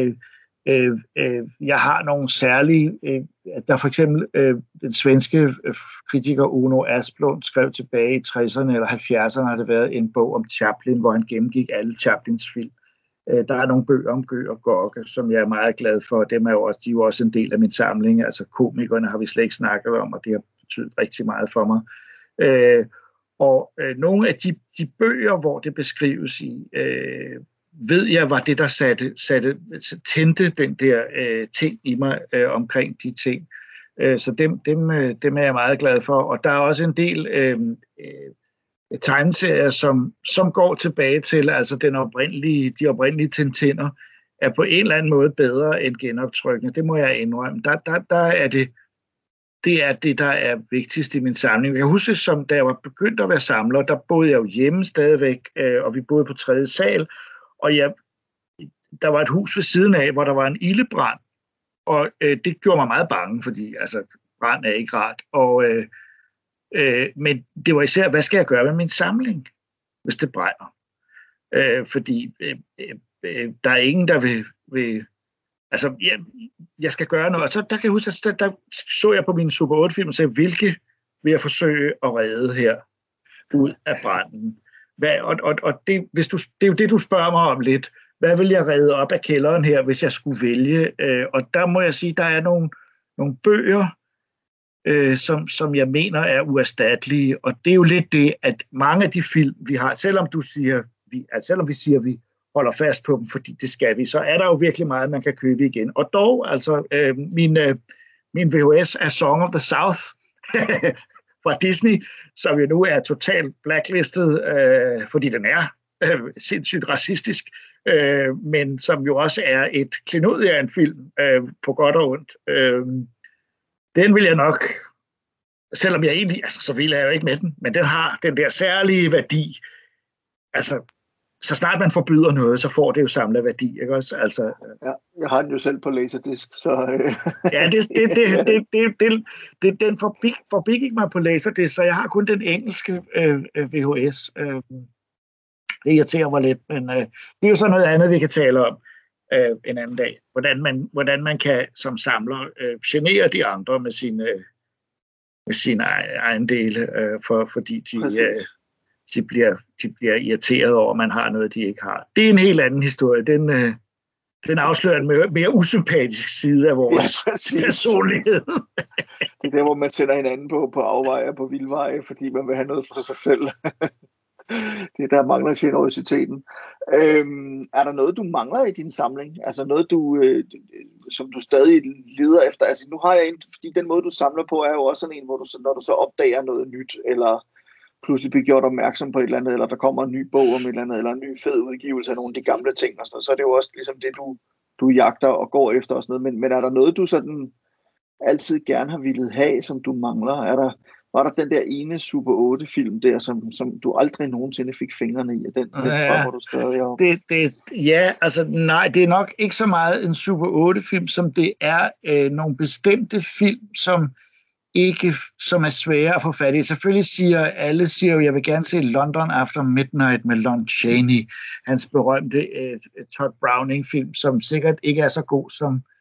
jeg har nogle særlige, der for eksempel den svenske kritiker Uno Asplund skrev tilbage i 60'erne eller 70'erne, har det været en bog om Chaplin, hvor han gennemgik alle Chaplins film. Der er nogle bøger om Gøg og Gokke, som jeg er meget glad for. Dem er jo også, de er jo også en del af min samling. Altså komikerne har vi slet ikke snakket om, og det har betydet rigtig meget for mig. Nogle af de bøger, hvor det beskrives i, ved jeg, var det, der tændte den der ting i mig omkring de ting. Så dem er jeg meget glad for. Og der er også en del tegneserier, som går tilbage til, altså de oprindelige Tintiner, er på en eller anden måde bedre end genoptrykkende. Det må jeg indrømme. Der er det, der er vigtigst i min samling. Jeg husker, som da jeg var begyndt at være samler, der boede jeg jo hjemme stadigvæk, og vi boede på 3. sal, og der var et hus ved siden af, hvor der var en ildebrand, og det gjorde mig meget bange, fordi altså, brand er ikke rart. Men det var især, hvad skal jeg gøre med min samling, hvis det brænder? Fordi der er ingen, der vil altså, jeg skal gøre noget. Og så der kan jeg huske, der så jeg på min Super 8-film og sagde, hvilke vil jeg forsøge at redde her ud af branden? Det er jo det, du spørger mig om lidt. Hvad vil jeg redde op af kælderen her, hvis jeg skulle vælge? Og der må jeg sige, der er nogle bøger, som jeg mener er uerstattelige. Og det er jo lidt det, at mange af de film, vi har, selvom vi siger, at vi holder fast på dem, fordi det skal vi, så er der jo virkelig meget, man kan købe igen. Og dog, altså, min VHS er Song of the South fra Disney, som jo nu er totalt blacklistet, fordi den er sindssygt racistisk, men som jo også er et klenodie af en film, på godt og ondt. Den vil jeg nok, selvom jeg egentlig, altså så vil jeg jo ikke med den, men den har den der særlige værdi. Altså, så snart man forbyder noget, så får det jo samlet værdi, ikke også? Altså, ja, jeg har den jo selv på Laserdisc, så... ja, den forbigik mig på Laserdisc, så jeg har kun den engelske VHS. Det irriterer mig lidt, men det er jo så noget andet, vi kan tale om en anden dag. Hvordan man kan som samler genere de andre med sine ejendele, fordi de bliver irriteret over, at man har noget, de ikke har. Det er en helt anden historie. Den afslører en mere usympatisk side af vores personlighed. Det er der, hvor man sender hinanden på afveje på vildveje, fordi man vil have noget for sig selv. Det er der mangler generøsiteten. Er der noget, du mangler i din samling? Altså noget, som du stadig leder efter? Altså nu har jeg fordi den måde, du samler på, er jo også sådan en, hvor når du så opdager noget nyt, eller pludselig bliver gjort opmærksom på et eller andet, eller der kommer en ny bog om et eller andet, eller en ny fed udgivelse af nogle af de gamle ting, og sådan noget, så er det jo også ligesom det, du jagter og går efter og sådan noget. Men er der noget, du sådan altid gerne har villet have, som du mangler? Var der den der ene Super 8-film der, som du aldrig nogensinde fik fingrene i? Den hvor du stadig op? Ja, altså nej, det er nok ikke så meget en Super 8-film, som det er nogle bestemte film, som er svære at få fat i. Selvfølgelig siger alle jo, jeg vil gerne se London After Midnight med Lon Chaney, hans berømte Todd Browning-film, som sikkert ikke er så god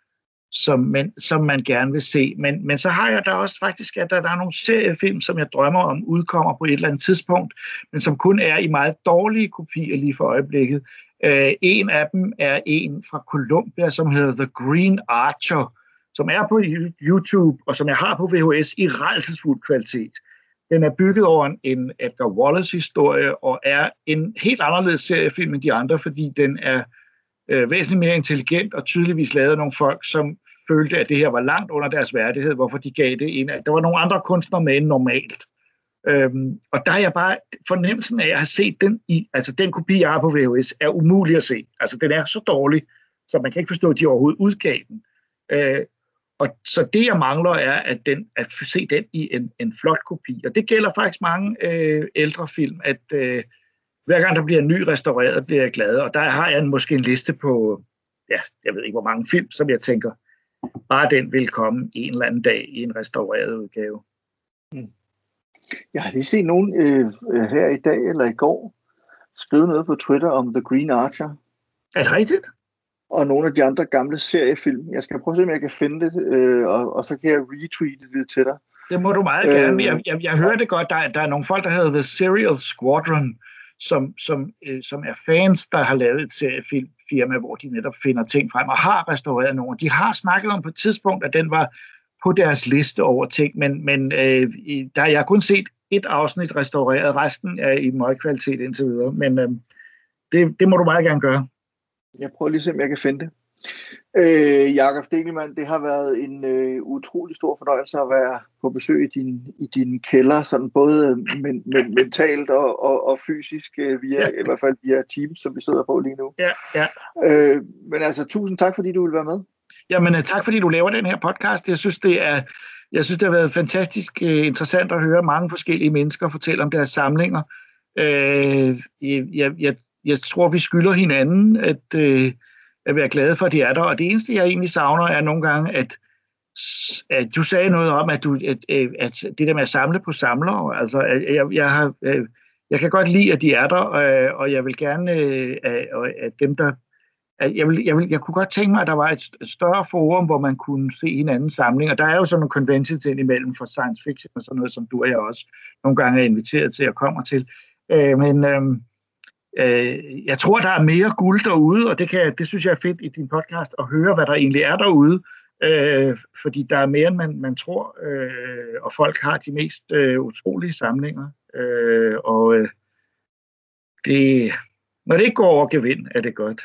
som man gerne vil se. Men så har jeg der også faktisk, at der er nogle seriefilm, som jeg drømmer om, udkommer på et eller andet tidspunkt, men som kun er i meget dårlige kopier lige for øjeblikket. En af dem er en fra Columbia, som hedder The Green Archer, som er på YouTube, og som jeg har på VHS i rædselsfuld kvalitet. Den er bygget over en Edgar Wallace-historie, og er en helt anderledes seriefilm end de andre, fordi den er væsentligt mere intelligent, og tydeligvis lavet nogle folk, som følte, at det her var langt under deres værdighed, hvorfor de gav det en. Der var nogle andre kunstnere med end normalt. Og der er jeg bare, fornemmelsen af at have set den altså den kopi, jeg har på VHS, er umulig at se. Altså den er så dårlig, så man kan ikke forstå, at de overhovedet udgav den. Og så det, jeg mangler, er at se den i en flot kopi. Og det gælder faktisk mange ældre film, at hver gang der bliver en ny restaureret, bliver jeg glad. Og der har jeg måske en liste på, jeg ved ikke hvor mange film, som jeg tænker, bare den vil komme en eller anden dag i en restaureret udgave. Jeg har lige set nogen her i dag eller i går, skrevet noget på Twitter om The Green Archer. Er det rigtigt? Og nogle af de andre gamle seriefilm. Jeg skal prøve at se, om jeg kan finde det, og så kan jeg retweete det til dig. Det må du meget gerne. Jeg hører det godt. Der er nogle folk, der hedder The Serial Squadron, som er fans, der har lavet et seriefilmfirma, hvor de netop finder ting frem og har restaureret nogle. De har snakket om på et tidspunkt, at den var på deres liste over ting, men der jeg har kun set et afsnit restaureret, resten er i møgkvalitet indtil videre, men det må du meget gerne gøre. Jeg prøver lige at se, om jeg kan finde det. Jakob Stegelmann, det har været en utrolig stor fornøjelse at være på besøg i din kælder, sådan både mentalt og fysisk, i hvert fald via Teams, som vi sidder på lige nu. Ja. Men altså, tusind tak, fordi du vil være med. Jamen, tak fordi du laver den her podcast. Jeg synes, det har været fantastisk interessant at høre mange forskellige mennesker fortælle om deres samlinger. Jeg tror, vi skylder hinanden at være glade for, at de er der. Og det eneste, jeg egentlig savner, er nogle gange, at du sagde noget om, at det der med at samle på samlere, altså jeg kan godt lide, at de er der, og jeg vil gerne, at dem, der jeg kunne godt tænke mig, at der var et større forum, hvor man kunne se hinandens samling, og der er jo sådan nogle conventions indimellem for science fiction og sådan noget, som du og jeg også nogle gange er inviteret til og kommer til. Men jeg tror, der er mere guld derude, og det synes jeg er fedt i din podcast, at høre, hvad der egentlig er derude, fordi der er mere, end man tror, og folk har de mest utrolige samlinger. Når det ikke går over gevind, er det godt.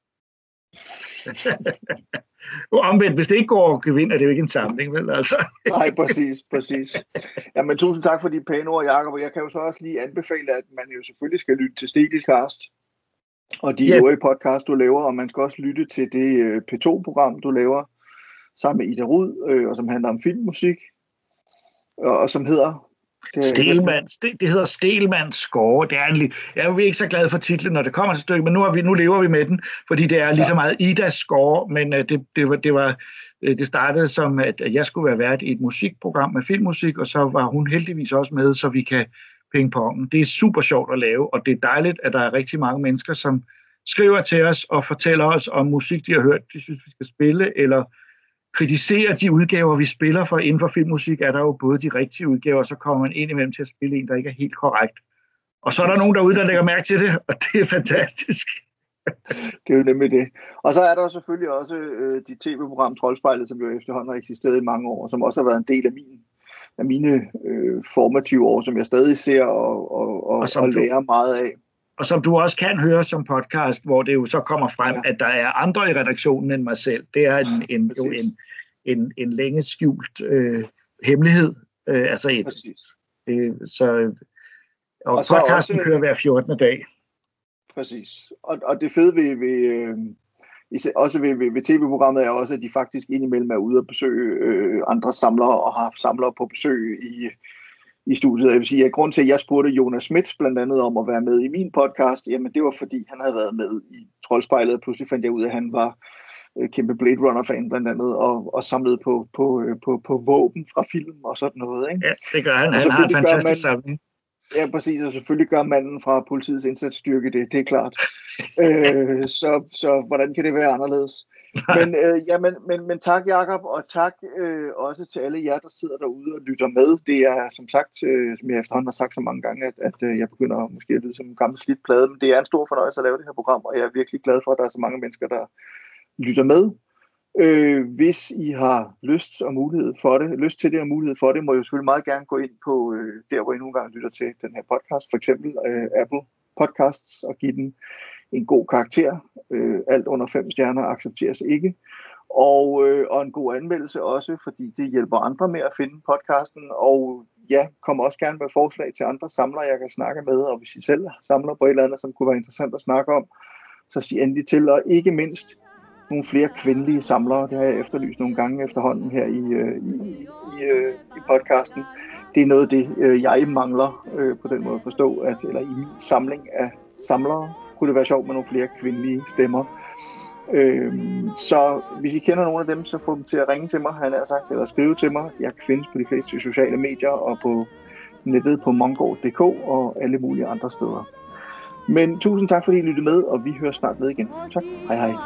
Omvendt, hvis det ikke går over gevind, er det jo ikke en samling, vel? Altså. Nej, præcis. Jamen, tusind tak for de pæne ord, Jacob. Og jeg kan jo så også lige anbefale, at man jo selvfølgelig skal lytte til Stegelcast og de øvrige podcast, du laver, og man skal også lytte til det P2-program, du laver sammen med Ida Rud, og som handler om filmmusik, og som hedder... Det hedder Stegelmanns Score. Jeg er jo ikke så glad for titlen, når det kommer til stykket, men nu lever vi med den, fordi det er lige så meget Idas Score, men det startede som, at jeg skulle være vært i et musikprogram med filmmusik, og så var hun heldigvis også med, så vi kan pingpongen. Det er super sjovt at lave, og det er dejligt, at der er rigtig mange mennesker, som skriver til os og fortæller os om musik, de har hørt, de synes, vi skal spille, eller kritisere de udgaver, vi spiller, for inden for filmmusik er der jo både de rigtige udgaver, og så kommer man ind imellem til at spille en, der ikke er helt korrekt. Og så er der nogen derude, der lægger mærke til det, og det er fantastisk. Det er jo nemlig det. Og så er der selvfølgelig også de tv-program Troldspejlet, som jo efterhånden har eksisteret i mange år, som også har været en del af mine formative år, som jeg stadig ser og lærer meget af. Og som du også kan høre som podcast, hvor det jo så kommer frem, at der er andre i redaktionen end mig selv. Det er en længe skjult hemmelighed. Og podcasten kører hver 14. dag. Præcis. Og det fede ved tv-programmet er også, at de faktisk indimellem er ude og besøge andre samlere og har samlere på besøg i studiet. Jeg vil sige, at grund til, at jeg spurgte Jonas Schmitz blandt andet om at være med i min podcast, jamen det var fordi, han havde været med i Troldspejlet, og pludselig fandt jeg ud af, at han var kæmpe Blade Runner-fan blandt andet, og samlede på våben fra film og sådan noget. Ikke? Ja, det gør han. Han har en fantastisk samling. Ja, præcis, og selvfølgelig gør manden fra politiets indsatsstyrke det er klart. Så hvordan kan det være anderledes? Men tak, Jacob, og tak også til alle jer, der sidder derude og lytter med. Det er som sagt, som jeg efterhånden har sagt så mange gange, at jeg begynder måske at lyde som en gammel slidt plade, men det er en stor fornøjelse at lave det her program, og jeg er virkelig glad for, at der er så mange mennesker, der lytter med. Hvis I har lyst til det og mulighed for det, må I jo selvfølgelig meget gerne gå ind på der, hvor I nogle gange lytter til den her podcast, for eksempel Apple Podcasts, og give den en god karakter. Alt under 5 stjerner accepteres ikke. Og en god anmeldelse også, fordi det hjælper andre med at finde podcasten. Og ja, kom også gerne med forslag til andre samlere, jeg kan snakke med. Og hvis I selv samler på et eller andet, som kunne være interessant at snakke om, så sig endelig til. Og ikke mindst nogle flere kvindelige samlere. Det har jeg efterlyst nogle gange efterhånden her i podcasten. Det er noget af det, jeg mangler på den måde at forstå, eller i min samling af samlere kunne det være sjovt med nogle flere kvindelige stemmer. Så hvis I kender nogle af dem, så få dem til at ringe til mig, eller skrive til mig. Jeg findes på de fleste sociale medier og på nettet på mongård.dk og alle mulige andre steder. Men tusind tak, fordi I lyttede med, og vi hører snart med igen. Tak. Hej hej.